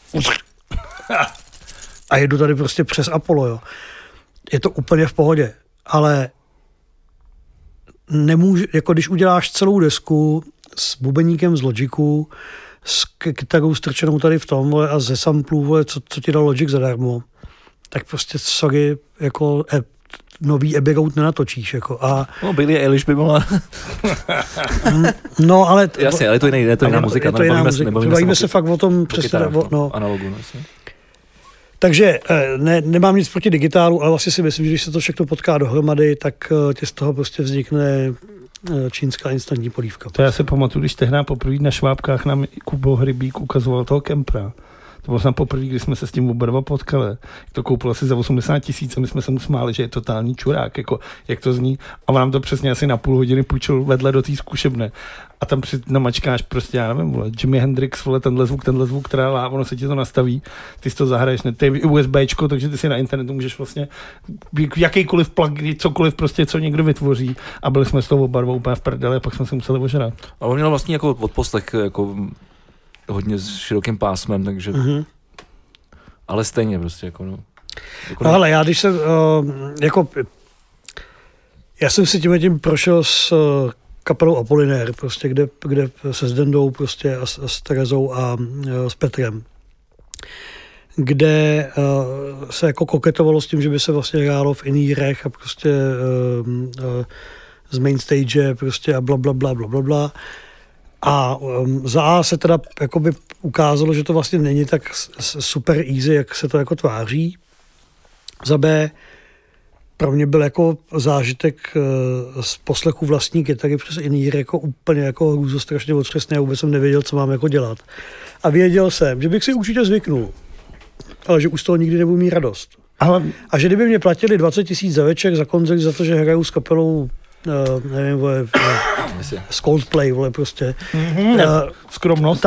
B: a jedu tady prostě přes Apollo, jo. Je to úplně v pohodě, ale nemůže, jako když uděláš celou desku s bubeníkem z Logicu, s kytarou strčenou tady v tom a ze samplů, co ti dal Logic zadarmo, tak prostě sorry, jako nový Abbey Road nenatočíš, jako a...
A: No, Billie Eilish by mohla...
B: No, ale...
A: Jasně, ale to je jiná muzika.
B: Bavíme se fakt o tom přesně...
A: Analogu,
B: Takže nemám nic proti digitálu, ale vlastně si myslím, že když se to všechno potká dohromady, tak tě z toho prostě vznikne čínská instantní polívka.
C: To já se pamatuju, když tehdy poprvé na Švábkách nám Kubo Hrybík ukazoval toho Kempra. To bylo snad poprvé, když jsme se s tím oba dva potkali. To koupil asi za 80 000 a my jsme se mu smáli, že je totální čurák, jako, jak to zní. A on nám to přesně asi na půl hodiny půjčil vedle do té zkušebny. A tam namačkáš prostě, já nevím, vole, Jimi Hendrix, vole, tenhle zvuk, která ono se ti to nastaví, ty si to zahraješ, ne, ty USBčko, takže ty si na internetu můžeš vlastně jakýkoliv plug, cokoliv prostě, co někdo vytvoří a byli jsme s tou oba dva úplně v prdeli a pak jsme se museli ožrat.
A: A on měl vlastně jako odposlech jako hodně s širokým pásmem, takže ale stejně prostě jako no.
B: No ale já když jsem jako já jsem si tím prošel s kapelou Apollinaire, prostě, kde se Zdendou prostě a s Terezou a s Petrem, kde se jako koketovalo s tím, že by se vlastně hrálo v inírech a prostě z main stage prostě a blablabla. A za A se teda jakoby ukázalo, že to vlastně není tak super easy, jak se to jako tváří. Za B pro mě byl jako zážitek z poslechu vlastní kytary přes inír jako úplně jako hrůzostrašně otřesný a vůbec jsem nevěděl, co mám jako dělat. A věděl jsem, že bych si určitě zvyknul, ale že už z toho nikdy nebudu mít radost. A že kdyby mě platili 20 000 za večer za koncert za to, že hraju s kapelou nevím, vole, z Coldplay, vole, prostě.
C: Skromnost.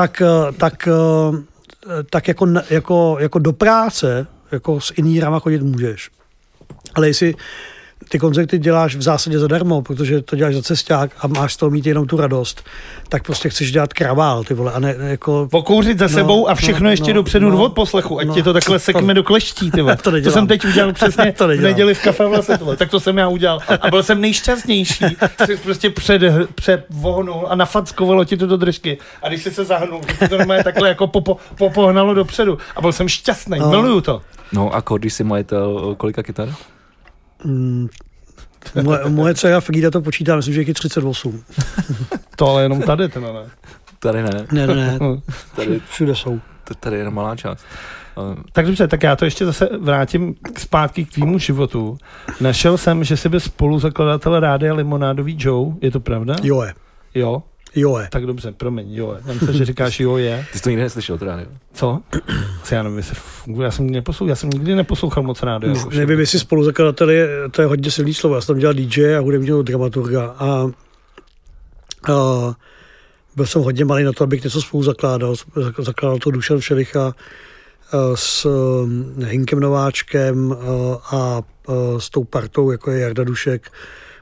B: Tak jako do práce, jako s inírama chodit můžeš. Ale jestli ty koncerty děláš v zásadě zadarmo, protože to děláš za cesták a máš z toho mít jenom tu radost, tak prostě chceš dělat kravál, ty vole, a ne jako...
C: Pokouřit za sebou a všechno ještě dopředu od poslechu, ať ti to takhle sekme do kleští, ty vole. To jsem teď udělal přesně v neděli v kafe vlastně, tak to jsem já udělal. A byl jsem nejšťastnější, jsi prostě předvohnul a nafackovalo ti to do držky. A když jsi se zahnul, to normálně takhle jako popohnalo dopředu. A byl jsem šťastný, miluju to.
A: No a když jsi majitel kolika kytar?
B: Moje dcera Frida to počítá, myslím, že je 38.
C: To ale jenom tady, teda ne.
A: Tady ne.
B: Ne.
A: Tady,
B: všude jsou.
A: Tady je jenom malá část.
C: Tak dobře, tak já to ještě zase vrátím zpátky k tvýmu životu. Našel jsem, že jsi byl spoluzakladatel Rádia Limonádový Joe, je to pravda?
B: Jo.
C: Tak dobře, promiň, jo. Já myslím, že říkáš jo je.
A: Ty jsi to nikdy neslyšel, to rádio.
C: Co? Já nevím, jestli funguje, já jsem nikdy neposlouchal moc rádio.
B: Nevím, jestli spoluzakladatel to je hodně silný slovo. Já jsem tam dělal DJ a hudebního dramaturga a byl jsem hodně malý na to, abych něco spolu zakládal. Zakládal to Dušan Všelicha s Hinkem Nováčkem a s tou partou, jako je Jarda Dušek,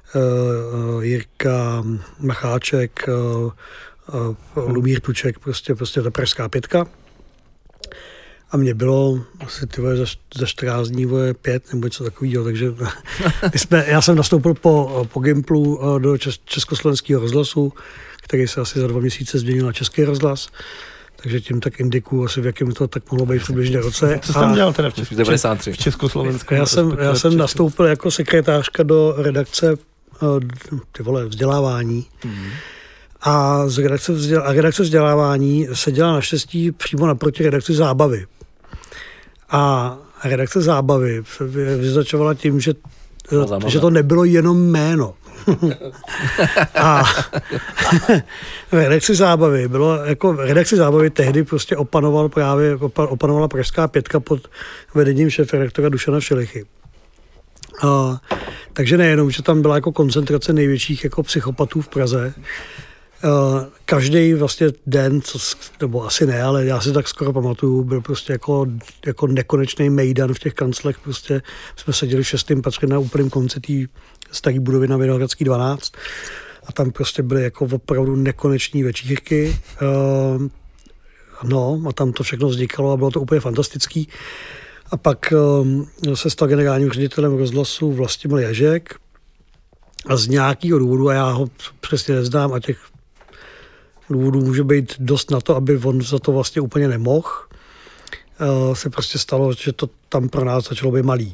B: Jirka Macháček, Lumír Tuček, prostě ta pražská pětka. A mě bylo asi za 14 dní 5 nebo něco takového, takže já jsem nastoupil po Gimplu do Československého rozhlasu, který se asi za 2 měsíce změnil na Český rozhlas. Takže tím tak indikuju asi, v jakém to tak mohlo být přibližně roce.
C: Co jsi tam dělal teda
A: v
C: Československu?
B: Já jsem nastoupil jako sekretářka do redakce vzdělávání. A redakce vzdělávání se dělá naštěstí přímo naproti redakci zábavy. A redakce zábavy vyznačovala tím, že to nebylo jenom jméno. A redakci zábavy tehdy prostě opanovala pražská pětka pod vedením šéfredaktora Dušana Všelichy. Takže nejenom, že tam byla jako koncentrace největších jako psychopatů v Praze. Každý vlastně den, nebo asi ne, ale já si tak skoro pamatuju, byl prostě jako nekonečný mejdan v těch kanclech. Prostě jsme seděli v 6. patře na úplném konci té staré budovy na Vinohradský 12 a tam prostě byly jako opravdu nekoneční večírky. A tam to všechno vznikalo a bylo to úplně fantastický. A pak se stal generálním ředitelem rozhlasu Vlastimil Ježek a z nějakého důvodu, a já ho přesně neznám, a těch důvodů může být dost na to, aby on za to vlastně úplně nemohl, se prostě stalo, že to tam pro nás začalo být malý.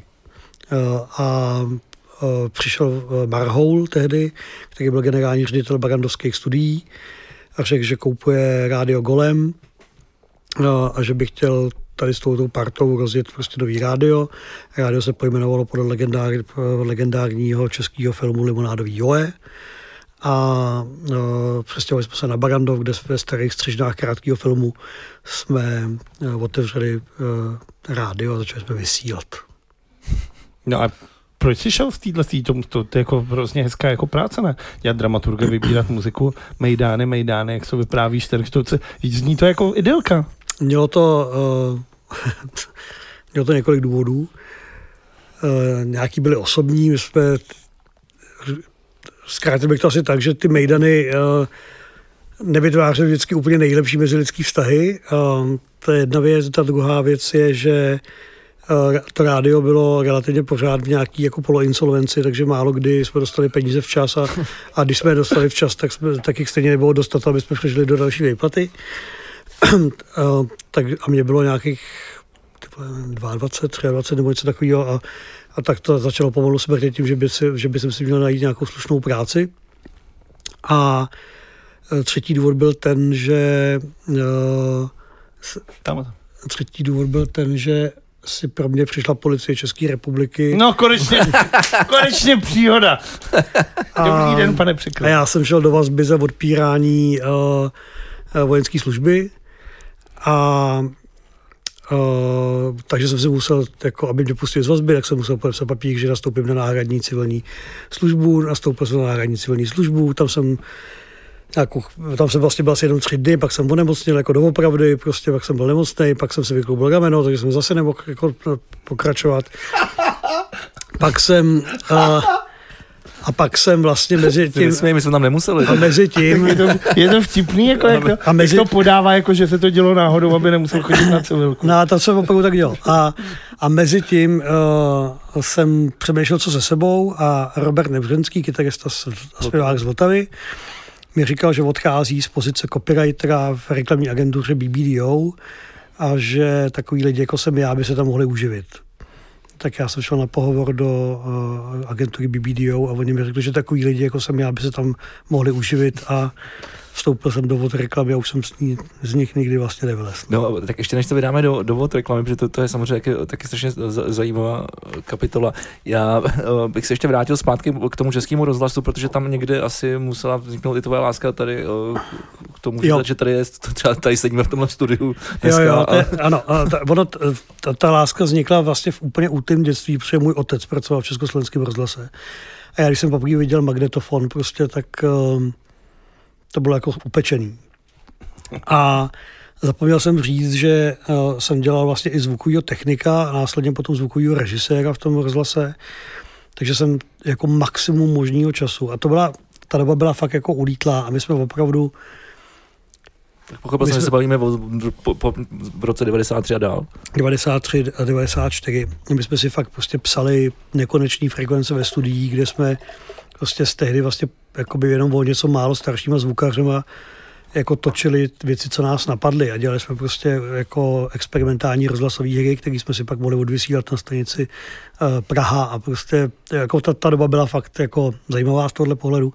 B: Přišel Marhoul tehdy, který byl generální ředitel Barandovských studií a řekl, že koupuje Rádio Golem a že by chtěl tady s touto partou rozjet prostě nový rádio. Rádio se pojmenovalo podle legendárního českého filmu Limonádový Joe. a přestěhovali jsme se na Barandov, kde ve starých střižnách krátkého filmu jsme otevřeli rádio a začali jsme vysílat.
C: No a proč jsi šel v této to je jako hrozně hezká jako práce, ne? Dělat dramaturga, vybírat muziku, mejdány, jak to vyprávíš, zní to jako idylka.
B: Mělo to několik důvodů. Nějaký byly osobní, my jsme zkrátil bych to asi tak, že ty mejdany nevytvářely vždycky úplně nejlepší mezilidský vztahy. To je jedna věc. Ta druhá věc je, že to rádio bylo relativně pořád v nějaký jako poloinsolvenci, takže málo kdy jsme dostali peníze včas a když jsme je dostali včas, tak jich stejně nebylo dostat, aby jsme přežili do další výplaty. A mě bylo nějakých 22, 23 nebo něco takového a tak to začalo pomalu smrtět tím, že by jsem si měl najít nějakou slušnou práci. A třetí důvod byl ten, že si pro mě přišla policie České republiky.
C: No, konečně příhoda. Dobrý den, pane překlad.
B: A já jsem šel do vazby za odpírání vojenské služby takže jsem si musel, jako, aby mě pustili z vazby, tak jsem musel podepsat papír, že nastoupím na náhradní civilní službu, nastoupil jsem na náhradní civilní službu, tam jsem vlastně byl asi jenom 3 dny, pak jsem onemocněl jako doopravdy, prostě pak jsem byl nemocnej, pak jsem si vykloubil rameno, takže jsem zase nemohl jako pokračovat. Pak jsem vlastně mezi tím...
A: My jsme tam nemuseli.
B: A mezi tím...
C: Je to vtipný, jako to podává, jako že se to dělo náhodou, aby nemusel chodit na civilku.
B: No, to jsem opravdu tak dělal. A mezi tím jsem přemýšlel, co se sebou a Robert Nevřenský, kytarista a zpěvák z Vltavy, mi říkal, že odchází z pozice copywritera v reklamní agentuře BBDO a že takový lidi, jako jsem já, by se tam mohli uživit. Tak já jsem šel na pohovor do agentury BBDO a oni mi řekli, že takový lidi, jako jsem já, by se tam mohli uživit a vstoupil jsem do Vod reklamy a už jsem z nich nikdy vlastně nevylez.
A: No, tak ještě než to vydáme do Vod reklamy, protože to je samozřejmě taky strašně zajímavá kapitola. Já bych se ještě vrátil zpátky k tomu Českému rozhlasu, protože tam někde asi musela vzniknout i tvoje láska tady k tomu, že tady je, třeba tady sedíme v tomhle studiu dneska.
B: Ta láska vznikla vlastně v úplně útlém dětství, protože můj otec pracoval v Československém rozhlase. A já, když jsem poprvé viděl magnetofon, prostě tak to bylo jako upečený. A zapomněl jsem říct, že jsem dělal vlastně i zvukovýho technika a následně potom zvukovýho režiséra v tom rozhlase. Takže jsem jako maximum možného času. A ta doba byla fakt jako ulítlá a my jsme opravdu...
A: Tak pochopil jsem, že se bavíme v roce 93 a dál. 93
B: a 94. My jsme si fakt prostě psali nekonečný frekvence ve studiích, kde jsme prostě z tehdy vlastně jakoby jenom o něco málo staršíma zvukařema jako točili věci, co nás napadly a dělali jsme prostě jako experimentální rozhlasové hry, které jsme si pak mohli odvysílat na stanici Praha a prostě jako ta doba byla fakt jako zajímavá z tohohle pohledu.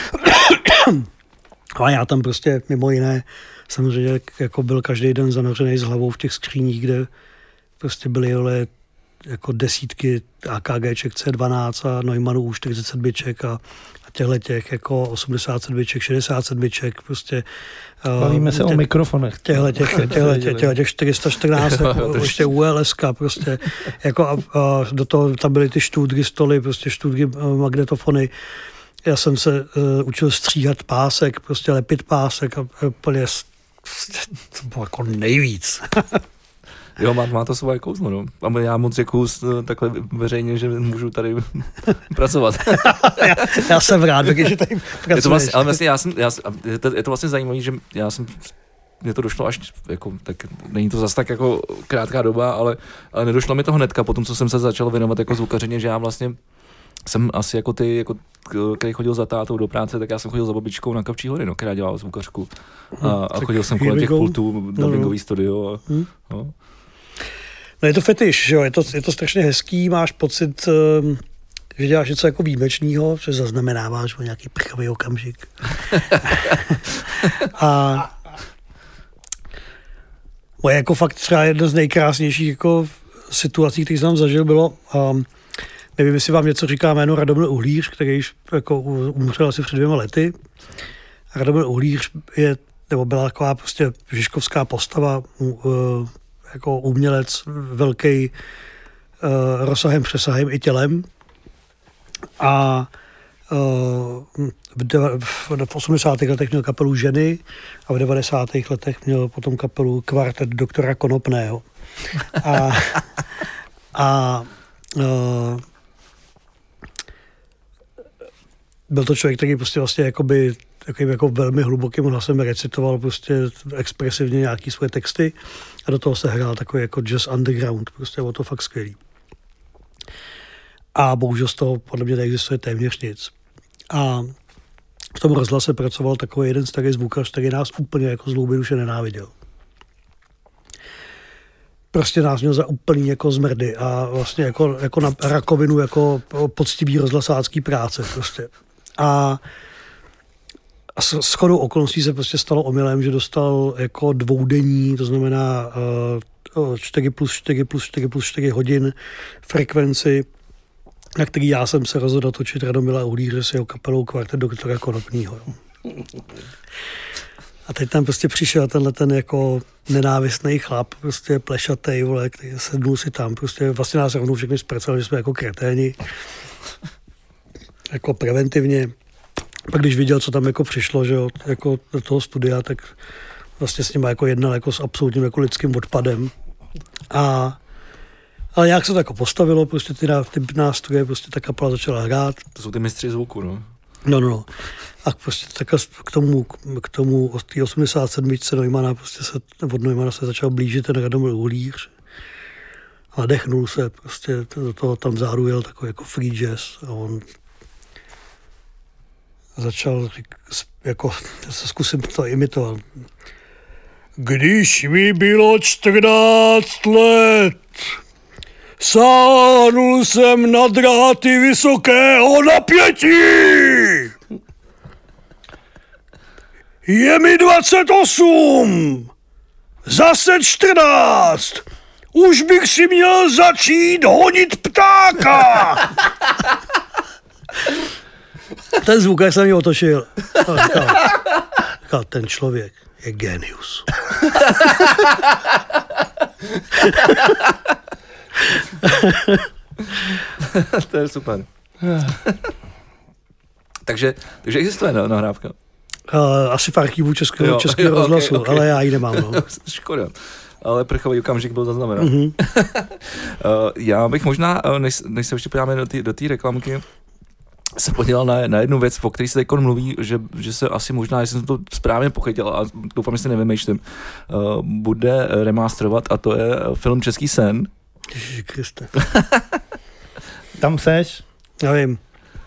B: A já tam prostě mimo jiné samozřejmě jako byl každý den zanořený s hlavou v těch skříních, kde prostě byly jako desítky AKGček C12 a Neumannů 47 a těch jako 87, 67, prostě.
C: Bavíme se o mikrofonech.
B: Těch 414, ještě ULSka, prostě. Jako a do toho tam byly ty štúdry stoly, prostě štúdry magnetofony. Já jsem se učil stříhat pásek, prostě lepit pásek a úplně to bylo jako nejvíc.
A: Jo, má to svoje kouzlo, no. A já moc děkuju takhle veřejně, že můžu tady pracovat.
B: já jsem rád, že tady pracuješ.
A: Ale vlastně je to vlastně zajímavé, že mně to došlo až, jako, tak není to zas tak jako krátká doba, ale nedošlo mi to hnedka, potom co jsem se začal věnovat jako zvukařině, že já vlastně jsem asi jako ty, jako, který chodil za tátou do práce, tak já jsem chodil za babičkou na Kavčí hory, no, která dělala zvukařku. A chodil jsem kolem těch pultů, dubbingový studio. No.
B: No je to fetiš, že jo? Je to strašně hezký, máš pocit, že děláš něco jako výjimečného, že zaznamenáváš o nějaký prchavý okamžik. A moje jako fakt třeba jedna z nejkrásnějších jako situací, které jsem zažil, bylo, nevím, jestli vám něco říká jméno Radomil Uhlíř, který již jako umřel asi před 2 lety. Radomil Uhlíř byla taková prostě žižkovská postava, jako umělec velký rozsahem, přesahem i tělem. A v 80. letech měl kapelu Ženy a v 90. letech měl potom kapelu Kvartet doktora Konopného. Byl to člověk, který prostě vlastně jakoby takovým jako velmi hlubokým hlasem recitoval prostě expresivně nějaký svoje texty a do toho se hrál takový jako jazz underground, prostě bylo to fakt skvělý. A bohužel z toho podle mě neexistuje téměř nic. A v tom rozhlase pracoval takový jeden starý zvukař, který nás úplně jako z hloubi duše nenáviděl. Prostě nás měl za úplný jako zmrdy a vlastně jako na rakovinu jako poctivý rozhlasácký práce prostě. A shodou okolností se prostě stalo omylem, že dostal jako 2denní, to znamená 4+4+4+4 hodin frekvenci, na který já jsem se rozhodl točit Radomila Uhlíře s jeho kapelou Kvartet doktora Konopního. A teď tam prostě přišel ten jako nenávistný chlap, prostě plešatej, vole, který sednul si tam, prostě vlastně nás rovnou všechny zpracovali, že jsme jako kreténi, jako preventivně. Pak když viděl, co tam jako přišlo, že jo, jako do toho studia, tak vlastně s ním jako jednal jako s absolutním jako lidským odpadem. Ale nějak se to jako postavilo, prostě ty nástroje, prostě ta kapela začala hrát.
A: To jsou ty mistři zvuku, no?
B: No. A prostě takhle k tomu od té 87. Neumanna prostě od Neumanna se začal blížit ten Radomil Uhlíř. A nadechnul se, prostě do toho tam vzadu jel takový jako free jazz a on začal jako, zkusím to imitovat. Když mi bylo 14 let, sáhnul jsem na dráty vysokého napětí. Je mi 28, zase 14, už bych si měl začít honit ptáka. Ten zvukař se mě otočil. Říkal, ten člověk je genius.
A: To je super. takže existuje nahrávka?
B: Asi v archivu Českého rozhlasu, okay. Ale já ji nemám. No.
A: Škoda. Ale prchový okamžik byl zaznamenán. Mm-hmm. Já bych možná, než se ještě podíváme do té reklamky, se podíval na jednu věc, o které se teď mluví, že se asi možná, jestli jsem to správně pochytil, a doufám, že si nevymýšlím, bude remasterovat, a to je film Český sen.
B: Ježiši Kriste.
C: Tam seš?
B: Já vím.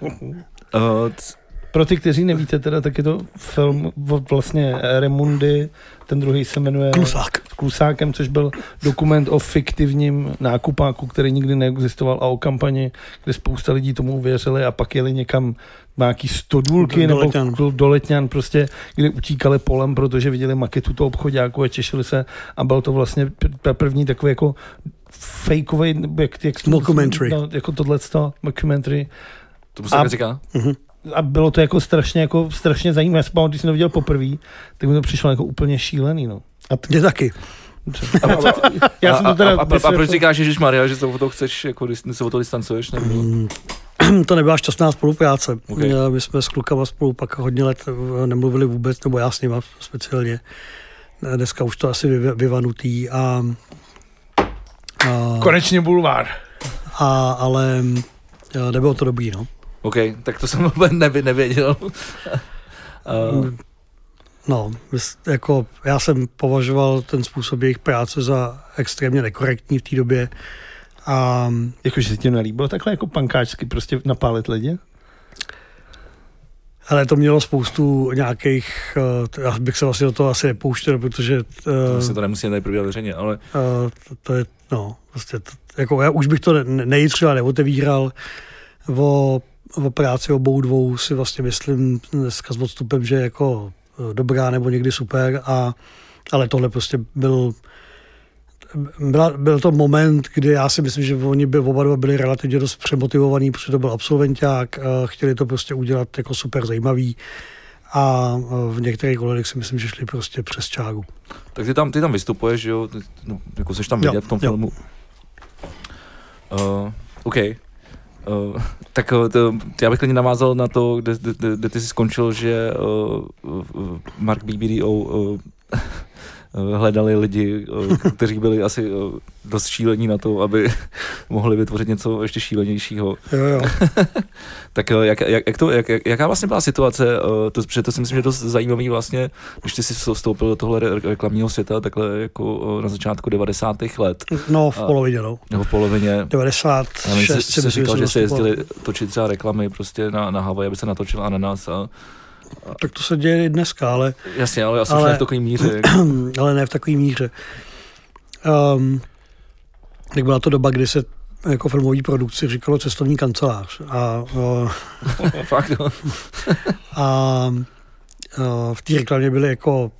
C: Pro ty, kteří nevíte teda, tak je to film od vlastně Remundy, ten druhý se jmenuje Klusákem, což byl dokument o fiktivním nákupáku, který nikdy neexistoval, a o kampani, kde spousta lidí tomu uvěřili a pak jeli někam nějaký stodůlky nebo do Letňan, prostě, kde utíkali polem, protože viděli maketu toho obchoďáku a těšili se, a byl to vlastně první takový jako fejkový, jak
B: mockumentary.
C: No, jako tohleto mockumentary.
A: To se říká?
C: A bylo to jako strašně zajímavé. Já si pamatuju, když jsem to viděl poprvé, tak mi to přišlo jako úplně šílený, no.
B: A mě taky.
C: Já jsem to teda
A: a proč říkáš, Ježišmarja, že se o to chceš, jako se o to distancuješ? Nebo?
B: To nebyla šťastná spolupráce. Okay. My jsme s klukama spolu pak hodně let nemluvili vůbec, nebo já s nima speciálně. Dneska už to asi vyvanutý.
C: Konečně bulvár.
B: Ale nebylo to dobrý, no.
A: OK, tak to jsem vůbec nevěděl.
B: No, jako já jsem považoval ten způsob jejich práce za extrémně nekorektní v té době.
C: Jakože se ti nelíbilo takhle jako pankáčsky prostě napálit lidi?
B: Ale to mělo spoustu nějakých, já bych se vlastně do toho asi nepouštěl, protože...
A: se to nemusí tady probíhat veřejně, ale...
B: To je, no, vlastně, jako já už bych to třeba neotevíral. O práci obou dvou si vlastně myslím dneska s odstupem, že je jako dobrá nebo někdy super, ale tohle prostě byl byl to moment, kdy já si myslím, že oni oba dva byli relativně dost přemotivovaní, protože to byl absolventák, chtěli to prostě udělat jako super zajímavý a v některých ohledech si myslím, že šli prostě přes čáru.
A: Tak ty tam vystupuješ, jo? Jako jsi tam vidět v tom filmu. OK. Tak já bych klidně navázal na to, kde ty jsi skončil, že Mark BBDO hledali lidi, kteří byli asi dost šílení na to, aby mohli vytvořit něco ještě šílenějšího.
B: Jo.
A: Tak jaká vlastně byla situace, protože to si myslím, že je dost zajímavý vlastně, když ty jsi vstoupil do tohle reklamního světa takhle jako na začátku 90. let.
B: No, v polovině, no.
A: Nebo v polovině.
B: 96
A: jsi říkal, že se jezdili točit třeba reklamy prostě na Havaj, aby se natočil Ananas a
B: tak to se děje i dneska, ale...
A: Jasně, ale asi ne v takový míře.
B: Ale ne v takový míře. Tak byla to doba, kdy se jako filmový produkci říkalo cestovní kancelář.
A: Fakt, no.
B: A v té reklamě byly jako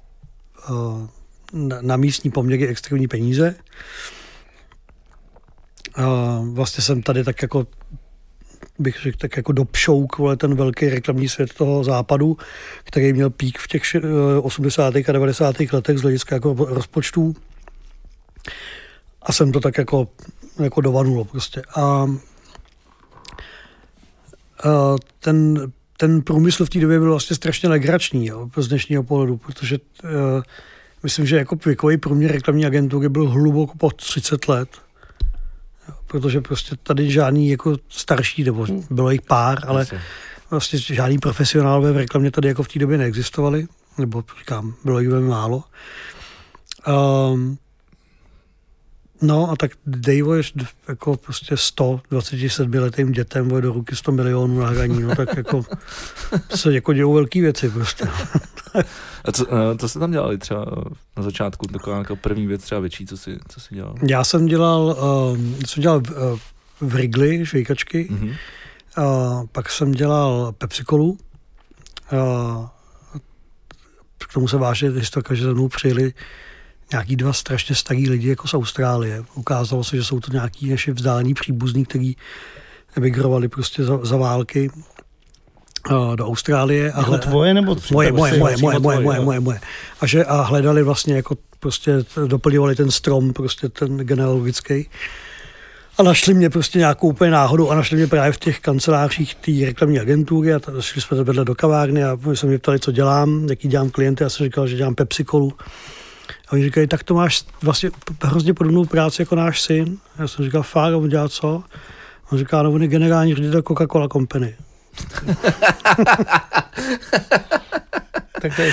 B: na místní poměry extrémní peníze. Vlastně jsem tady tak jako bych řekl, tak jako dopšouk ten velký reklamní svět toho západu, který měl pík v těch 80. a 90. letech z hlediska jako rozpočtů. A jsem to tak jako dovanulo prostě. A ten průmysl v té době byl vlastně strašně legrační, jo, z dnešního pohledu, protože myslím, že jako věkový průměr reklamní agentury byl hluboko po 30 let. Protože prostě tady žádný jako starší, nebo bylo jich pár, ale vlastně žádný profesionálové v reklamě tady jako v té době neexistovali, nebo říkám, bylo jich velmi málo. No a tak Dave jako prostě 127letým dětem do ruky 100 milionů na hraní, no tak jako se jako dějou velký věci prostě.
A: A co jste tam dělali třeba na začátku, taková jako první věc třeba větší, co jsi dělal?
B: Já jsem dělal v Wrigley, švejkačky, pak jsem dělal Pepsi-Colu, k tomu se váže historka, že za mnou přijeli nějaký dva strašně starý lidi jako z Austrálie. Ukázalo se, že jsou to nějaký naši vzdálený příbuzní, kteří emigrovali prostě za války do Austrálie.
C: Jako tvoje nebo
B: Moje. A hledali vlastně jako prostě doplňovali ten strom, prostě ten genealogický. A našli mě prostě nějakou úplně náhodu a našli mě právě v těch kancelářích té reklamní agentury a šli jsme vedle do kavárny a my se mě ptali, co dělám, jaký dělám klienty. Já jsem říkal, že dělám Pepsi-Colu. A oni říkali, tak to máš vlastně hrozně podobnou práci jako náš syn. Já jsem říkal, fakt, a on dělá co? On říká, no on je generální ředitel Coca-Cola Company.
C: Tak to je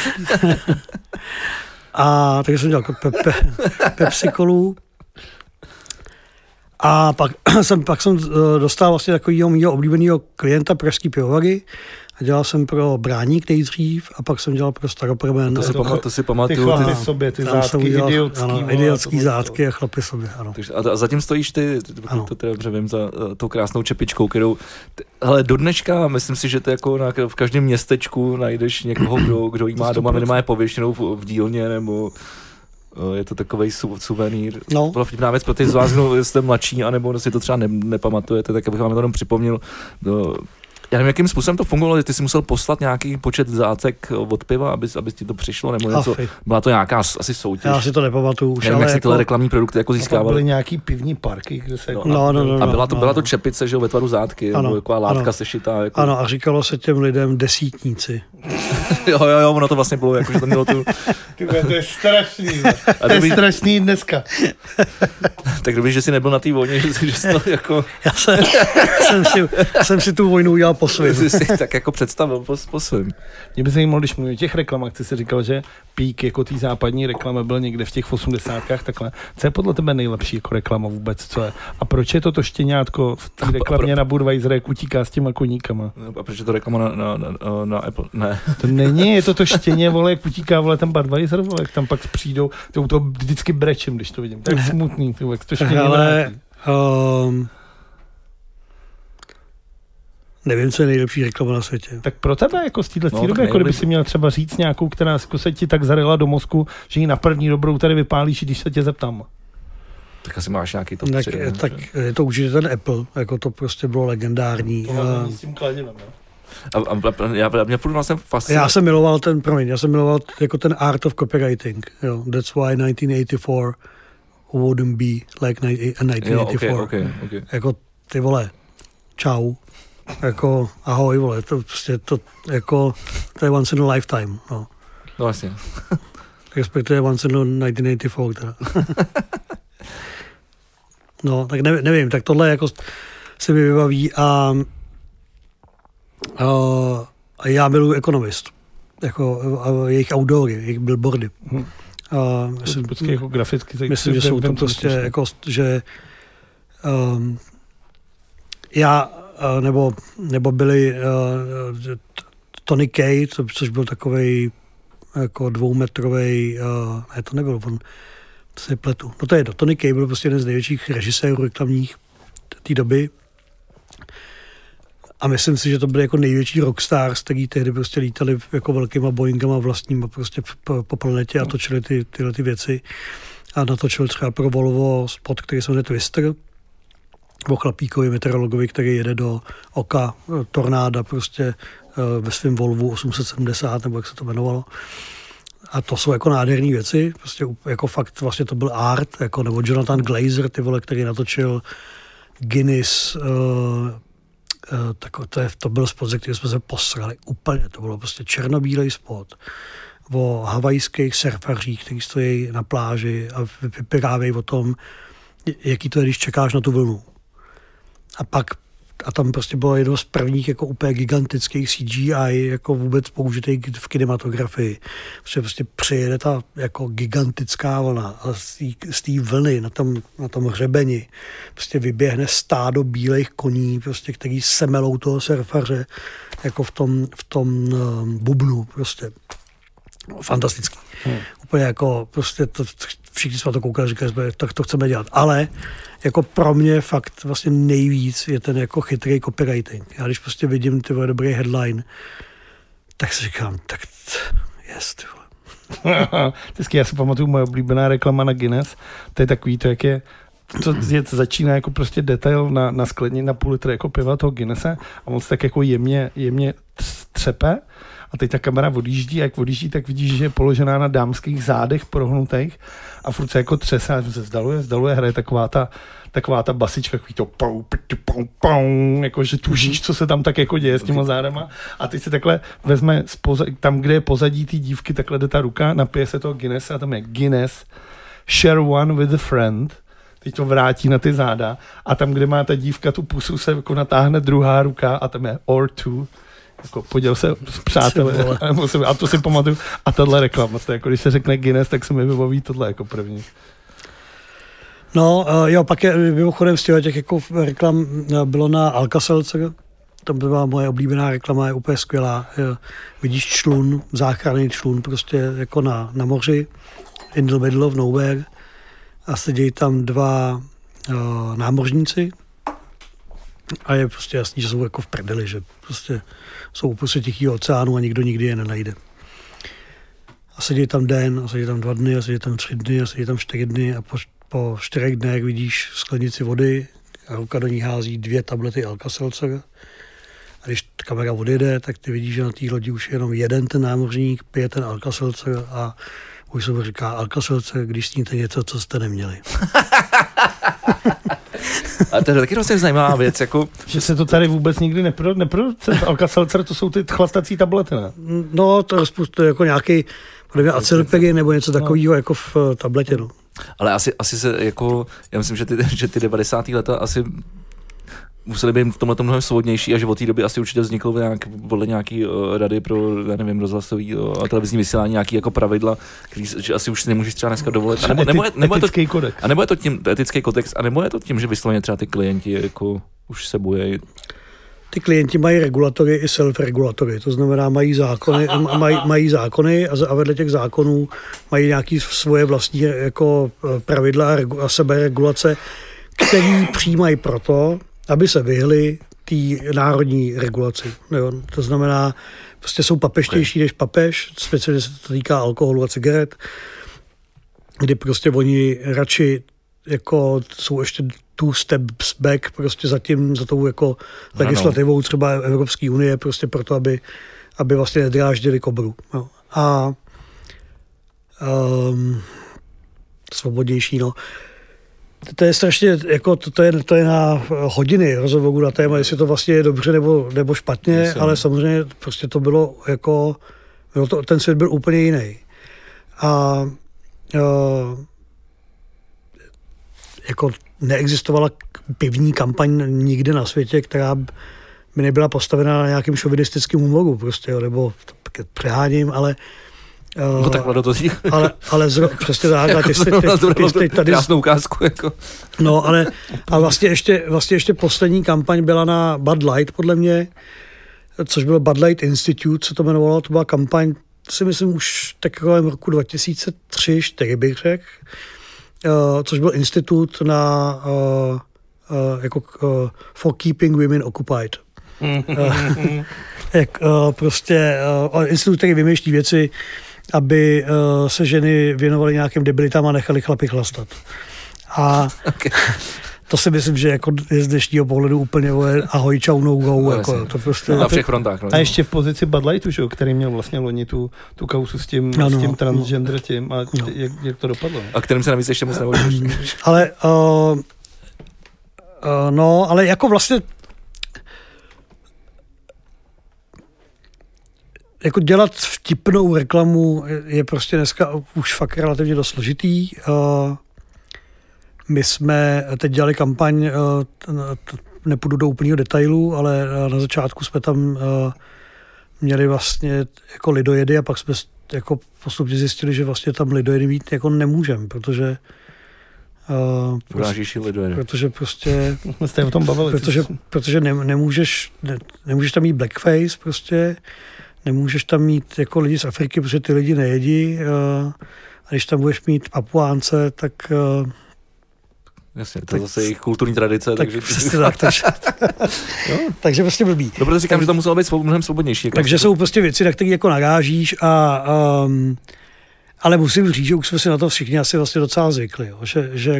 B: A takže jsem dělal Pepsi-Colu. A pak jsem dostal vlastně takovýho mýho oblíbeného klienta Pražský pivovary. A dělal jsem pro Bráník nejdřív a pak jsem dělal pro Staropramen.
A: To si pamatuju.
C: Ty chlapy sobě, ty zátky, idiotský.
B: Ano, idiotský zátky a chlapy sobě, ano.
A: A zatím stojíš ty, to teda dobře vím, za tou krásnou čepičkou, kterou, ale do dneška, myslím si, že to jako v každém městečku najdeš někoho, kdo jí má doma minimálně pověšenou v dílně, nebo je to takovej suvenýr.
B: No.
A: Byla vtipná věc pro ty z vás, kdo jste mladší, anebo si to třeba nepamatujete, tak abych vám to jenom připomněl. Já nevím, jakým způsobem to fungovalo, ty jsi musel poslat nějaký počet zácek od piva, aby ti to přišlo, nebo něco. Byla to nějaká asi soutěž.
B: Já si to nepamatuju už,
A: nevím, jak si tyhle reklamní produkty jako získávali.
C: Byly nějaký pivní parky, kde se
A: byla to čepice, že jo, ve tvaru zátky, nebo taková látka sešitá. Jako...
B: Ano, a říkalo se těm lidem desítníci.
A: jo, ono to vlastně bylo, jako, že to mělo tu...
C: To je strašný, to je strašný dneska.
A: Tak dobrý, že jsi nebyl na té vojně, že jsi to jako...
B: Já jsem si tu vojnu udělal po svým.
A: Jsi si tak jako představil po svým.
C: Mě by zajímalo, když mluví o těch reklamách, ty jsi říkal, že pík jako té západní reklamy byl někde v těch 80kách takhle. Co je podle tebe nejlepší jako reklama vůbec, co je? A proč je to štěňátko v té reklamě na Budweiser, jak utíká s těma koníkama?
A: A proč je to reklama na Apple? Ne.
C: To není, je to štěně, vole, jak utíká, vole, ten Budweiser, vole, jak tam pak přijdou, to vždycky brečím, když to vidím. Tak smutný, jak to štěně
B: nevím, co je nejlepší reklama na světě.
C: Tak pro tebe jako z této doby, jako kdyby si měl třeba říct nějakou, která jako se ti tak zarila do mozku, že ji na první dobrou tady vypálíš, když se tě zeptám.
A: Tak asi máš nějaký top 3.
B: Tak je to určitě ten Apple, jako to prostě bylo legendární.
C: S tím kladivem,
A: A mě furt jsem fascinoval.
B: Já jsem miloval jako ten art of copywriting. Jo. That's why 1984 wouldn't be like 1984.
A: Jo, okay.
B: Jako ty vole, čau. Jako ahoj vole, to prostě to je once in a lifetime. No
A: vlastně.
B: Respektive once in a 1984 teda. No, tak nevím, tak tohle jako se mi vybaví a já miluji Economist. Jako jejich outdoory, jejich billboardy.
C: Myslím, jako graficky.
B: Myslím, že jsou to prostě jako, že já nebo byli Tony Kaye, což byl takovej jako 2metrovej, ne, to nebyl, on se pletu. No to je Tony Kaye byl prostě jeden z největších režisérů reklamních té doby. A myslím si, že to byly jako největší rockstars, který tehdy prostě lítali jako velkýma Boeingama vlastníma prostě po planetě a točili tyhle ty věci. A natočil třeba pro Volvo spot, který se jmenuje Twister, o chlapíkovi meteorologovi, který jede do oka tornáda prostě ve svém Volvu 870, nebo jak se to jmenovalo. A to jsou jako nádherné věci, prostě jako fakt vlastně to byl art, jako, nebo Jonathan Glazer, ty vole, který natočil Guinness, to byl spot, ze kterého jsme se posrali úplně, to bylo prostě černobílej spot o havajských surfařích, kteří stojí na pláži a vyprávějí o tom, jaký to je, když čekáš na tu vlnu. A tam prostě bylo jedno z prvních jako úplně gigantických CGI jako vůbec použitých v kinematografii. Prostě přijede ta jako gigantická vlna a z té vlny na tom hřebeni prostě vyběhne stádo bílejch koní, prostě, který semelou toho surfaře jako v tom bubnu prostě. Fantastický. Úplně jako prostě to, všichni jsme to koukali, říkali jsme, tak to chceme dělat. Ale jako pro mě fakt vlastně nejvíc je ten jako chytrý copywriting. Já když prostě vidím ty dobrý headline, tak si říkám, tak jest, ty vole.
C: Já si pamatuju moje oblíbená reklama na Guinness, to je takový to, jak je to začíná jako prostě detail na skleně na půl litru jako piva toho Guinnesse a on se tak jako jemně třepe a teď ta kamera odjíždí a jak odjíždí, tak vidíš, že je položená na dámských zádech prohnutých a furt se jako třese a se vzdaluje, hraje taková ta basička, takový to pau, jako že tušíš, co se tam tak jako děje s těma zádama a teď se takhle vezme tam, kde je pozadí té dívky, takhle jde ta ruka, napije se toho Guinness a tam je Guinness, share one with a friend, teď to vrátí na ty záda a tam, kde má ta dívka tu pusu, se jako natáhne druhá ruka a tam je or two, jako poděl se s přáteli a to si pamatuju a tahle reklama, to jako když se řekne Guinness, tak se mi vybaví tohle jako první.
B: No jo, pak je mimochodem z těch jako reklam bylo na Alka-Seltzer, to byla moje oblíbená reklama, je úplně skvělá. Vidíš člun, záchranný člun prostě jako na moři, in the middle of nowhere a sedí tam dva námořníci a je prostě jasný, že jsou jako v prdeli, že prostě jsou uprostřed Tichého oceánu a nikdo nikdy je nenajde. A sedí tam den, a sedí tam 2 dny, a sedí tam 3 dny, a sedí tam 4 dny a po 4 dnech vidíš sklenici vody a ruka do ní hází 2 tablety Alka-Seltzer. A když kamera odjede, tak ty vidíš, že na té lodi už je jenom jeden ten námořník, pije ten Alka-Seltzer a už se mu říká Alka-Seltzer, když sníte něco, co jste neměli.
A: A to je taky vlastně zajímavá věc, jako...
C: Že se to tady vůbec nikdy neprodukce. Alka-Seltzer, to jsou ty chlastací tablety, ne?
B: No, to je jako nějaký acylpegy nebo něco takového jako v tabletě, no.
A: Ale asi se jako, já myslím, že ty 90. leta asi museli být v tomhle mnohem svobodnější a že od té doby asi určitě vzniklo podle nějaký rady pro, já nevím, rozhlasový a televizní vysílání nějaký jako pravidla, který že asi už si nemůžeš třeba dneska dovolit.
C: Etický kodex.
A: A nebo je to tím, etický kodex, a nebo je to tím, že vysloveně třeba ty klienti jako už se bojí.
B: Ty klienti mají regulatory i self-regulatory, to znamená mají zákony a vedle těch zákonů mají nějaké svoje vlastní jako pravidla a seberegulace, které přijímají proto, aby se vyhli té národní regulaci. Jo? To znamená, prostě jsou papeštější než papež, speciálně se to týká alkoholu a cigaret, kdy prostě oni radši jako jsou ještě two steps back prostě za tou jako legislativou třeba Evropské unie prostě proto, aby vlastně nedráždili kobru. No. A svobodnější, no. To je strašně, jako to je na hodiny rozhovoru na téma, jestli to vlastně je dobře nebo špatně, ale samozřejmě prostě to bylo jako, ten svět byl úplně jiný. A jako neexistovala pivní kampaň nikde na světě, která by nebyla postavena na nějakým šovinistickým humoru prostě, nebo přeháním, ale
A: no takhle do toho
B: ale přesně tak,
A: jako
B: ty tady
A: krásnou ukázku, jako.
B: No, ale a vlastně ještě poslední kampaň byla na Bud Light, podle mě, což byl Bud Light Institute, co to jmenovalo, to byla kampaň, si myslím už takovém roku 2003-2004 bych řekl, což byl institut na jako for keeping women occupied. Prostě institut, který vymýšlí věci, aby se ženy věnovaly nějakým debilitám a nechali chlapy chlastat. A to si myslím, že jako je z dnešního pohledu úplně ahoj, čau, no go. Jako, to prostě,
A: na všech frontách. No.
C: A ještě v pozici Bud Lightu, že, který měl vlastně loni tu kausu s tím transgender tím. A jak to dopadlo?
A: A kterým se navíc ještě moc nevodíš.
B: Ale ale jako vlastně jako dělat vtipnou reklamu je prostě dneska už fakt relativně dost složitý. My jsme teď dělali kampaň, nepůjdu do úplného detailu, ale na začátku jsme tam měli vlastně jako lidojedy a pak jsme jako postupně zjistili, že vlastně tam lidojedy mít jako nemůžeme, protože protože prostě
C: jsme se o tom bavili.
B: Protože nemůžeš tam mít blackface prostě, nemůžeš tam mít jako lidi z Afriky, protože ty lidi nejedí a když tam budeš mít Papuánce, tak
A: jasně, to je zase jejich kulturní tradice.
B: Takže takže prostě blbý.
A: No, protože říkám, že to muselo být mnohem svobodnější.
B: Takže jsou prostě věci, na které jako narážíš ale musím říct, že už jsme si na to všichni asi vlastně docela zvykli, jo?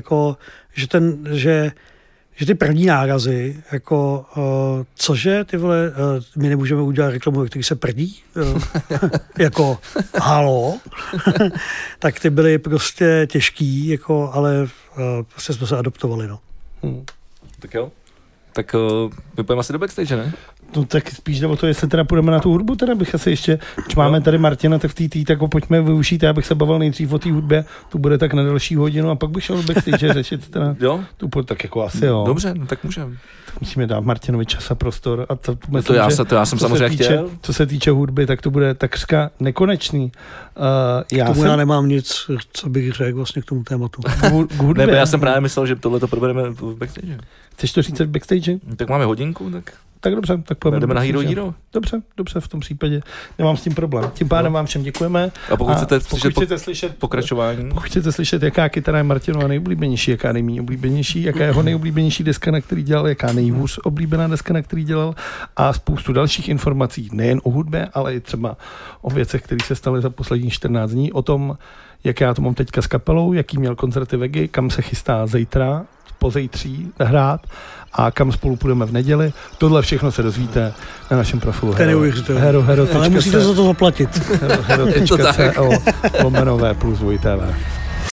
B: Že ty první nárazy, jako cože, ty vole, my nemůžeme udělat reklamu, který se prdí, jako halo, tak ty byly prostě těžký, jako, ale prostě jsme se adoptovali, no.
A: Tak jo. Tak my půjdeme asi do backstage, ne?
C: No tak spíš jde o to, jestli teda půjdeme na tu hudbu, teda bych asi ještě, když máme tady Martina, tak v té tak ho pojďme využít, já bych se bavil nejdřív o té hudbě, tu bude tak na další hodinu a pak bych šel do backstage řešit teda tu tak jako asi jo.
A: Dobře, no tak můžeme.
C: Musíme dát Martinovi čas a prostor a to
A: já jsem samozřejmě chtěl.
C: Co se týče hudby, tak to bude takřka nekonečný.
B: Já nemám nic, co bych řekl vlastně k tomu tématu.
C: Hudbě.
A: Já jsem právě myslel, že tohle to probereme v backstage.
C: Chceš to říct v backstage?
A: Tak máme hodinku,
C: tak dobře, tak pojďme.
A: Jdeme na Hero.
C: Dobře, v tom případě nemám s tím problém. Tím pádem vám všem děkujeme.
A: A pokud chcete slyšet pokračování.
C: Pokud chcete slyšet, jaká kytara je Martinova nejoblíbenější, jaká nejméně oblíbenější, jaká je jeho nejoblíbenější deska, na který dělal, jaká nejhůř oblíbená deska, na který dělal a spoustu dalších informací, nejen o hudbě, ale i třeba o věcech, které se staly za poslední 14 dní, o tom, jak já to mám teďka s kapelou, jaký měl koncerty Vegy, kam se chystá zítra, pozejtří hrát a kam spolu půjdeme v neděli. Tohle všechno se dozvíte na našem profilu
B: Hero. Ale musíte za to zaplatit.
C: hero.co /VTV.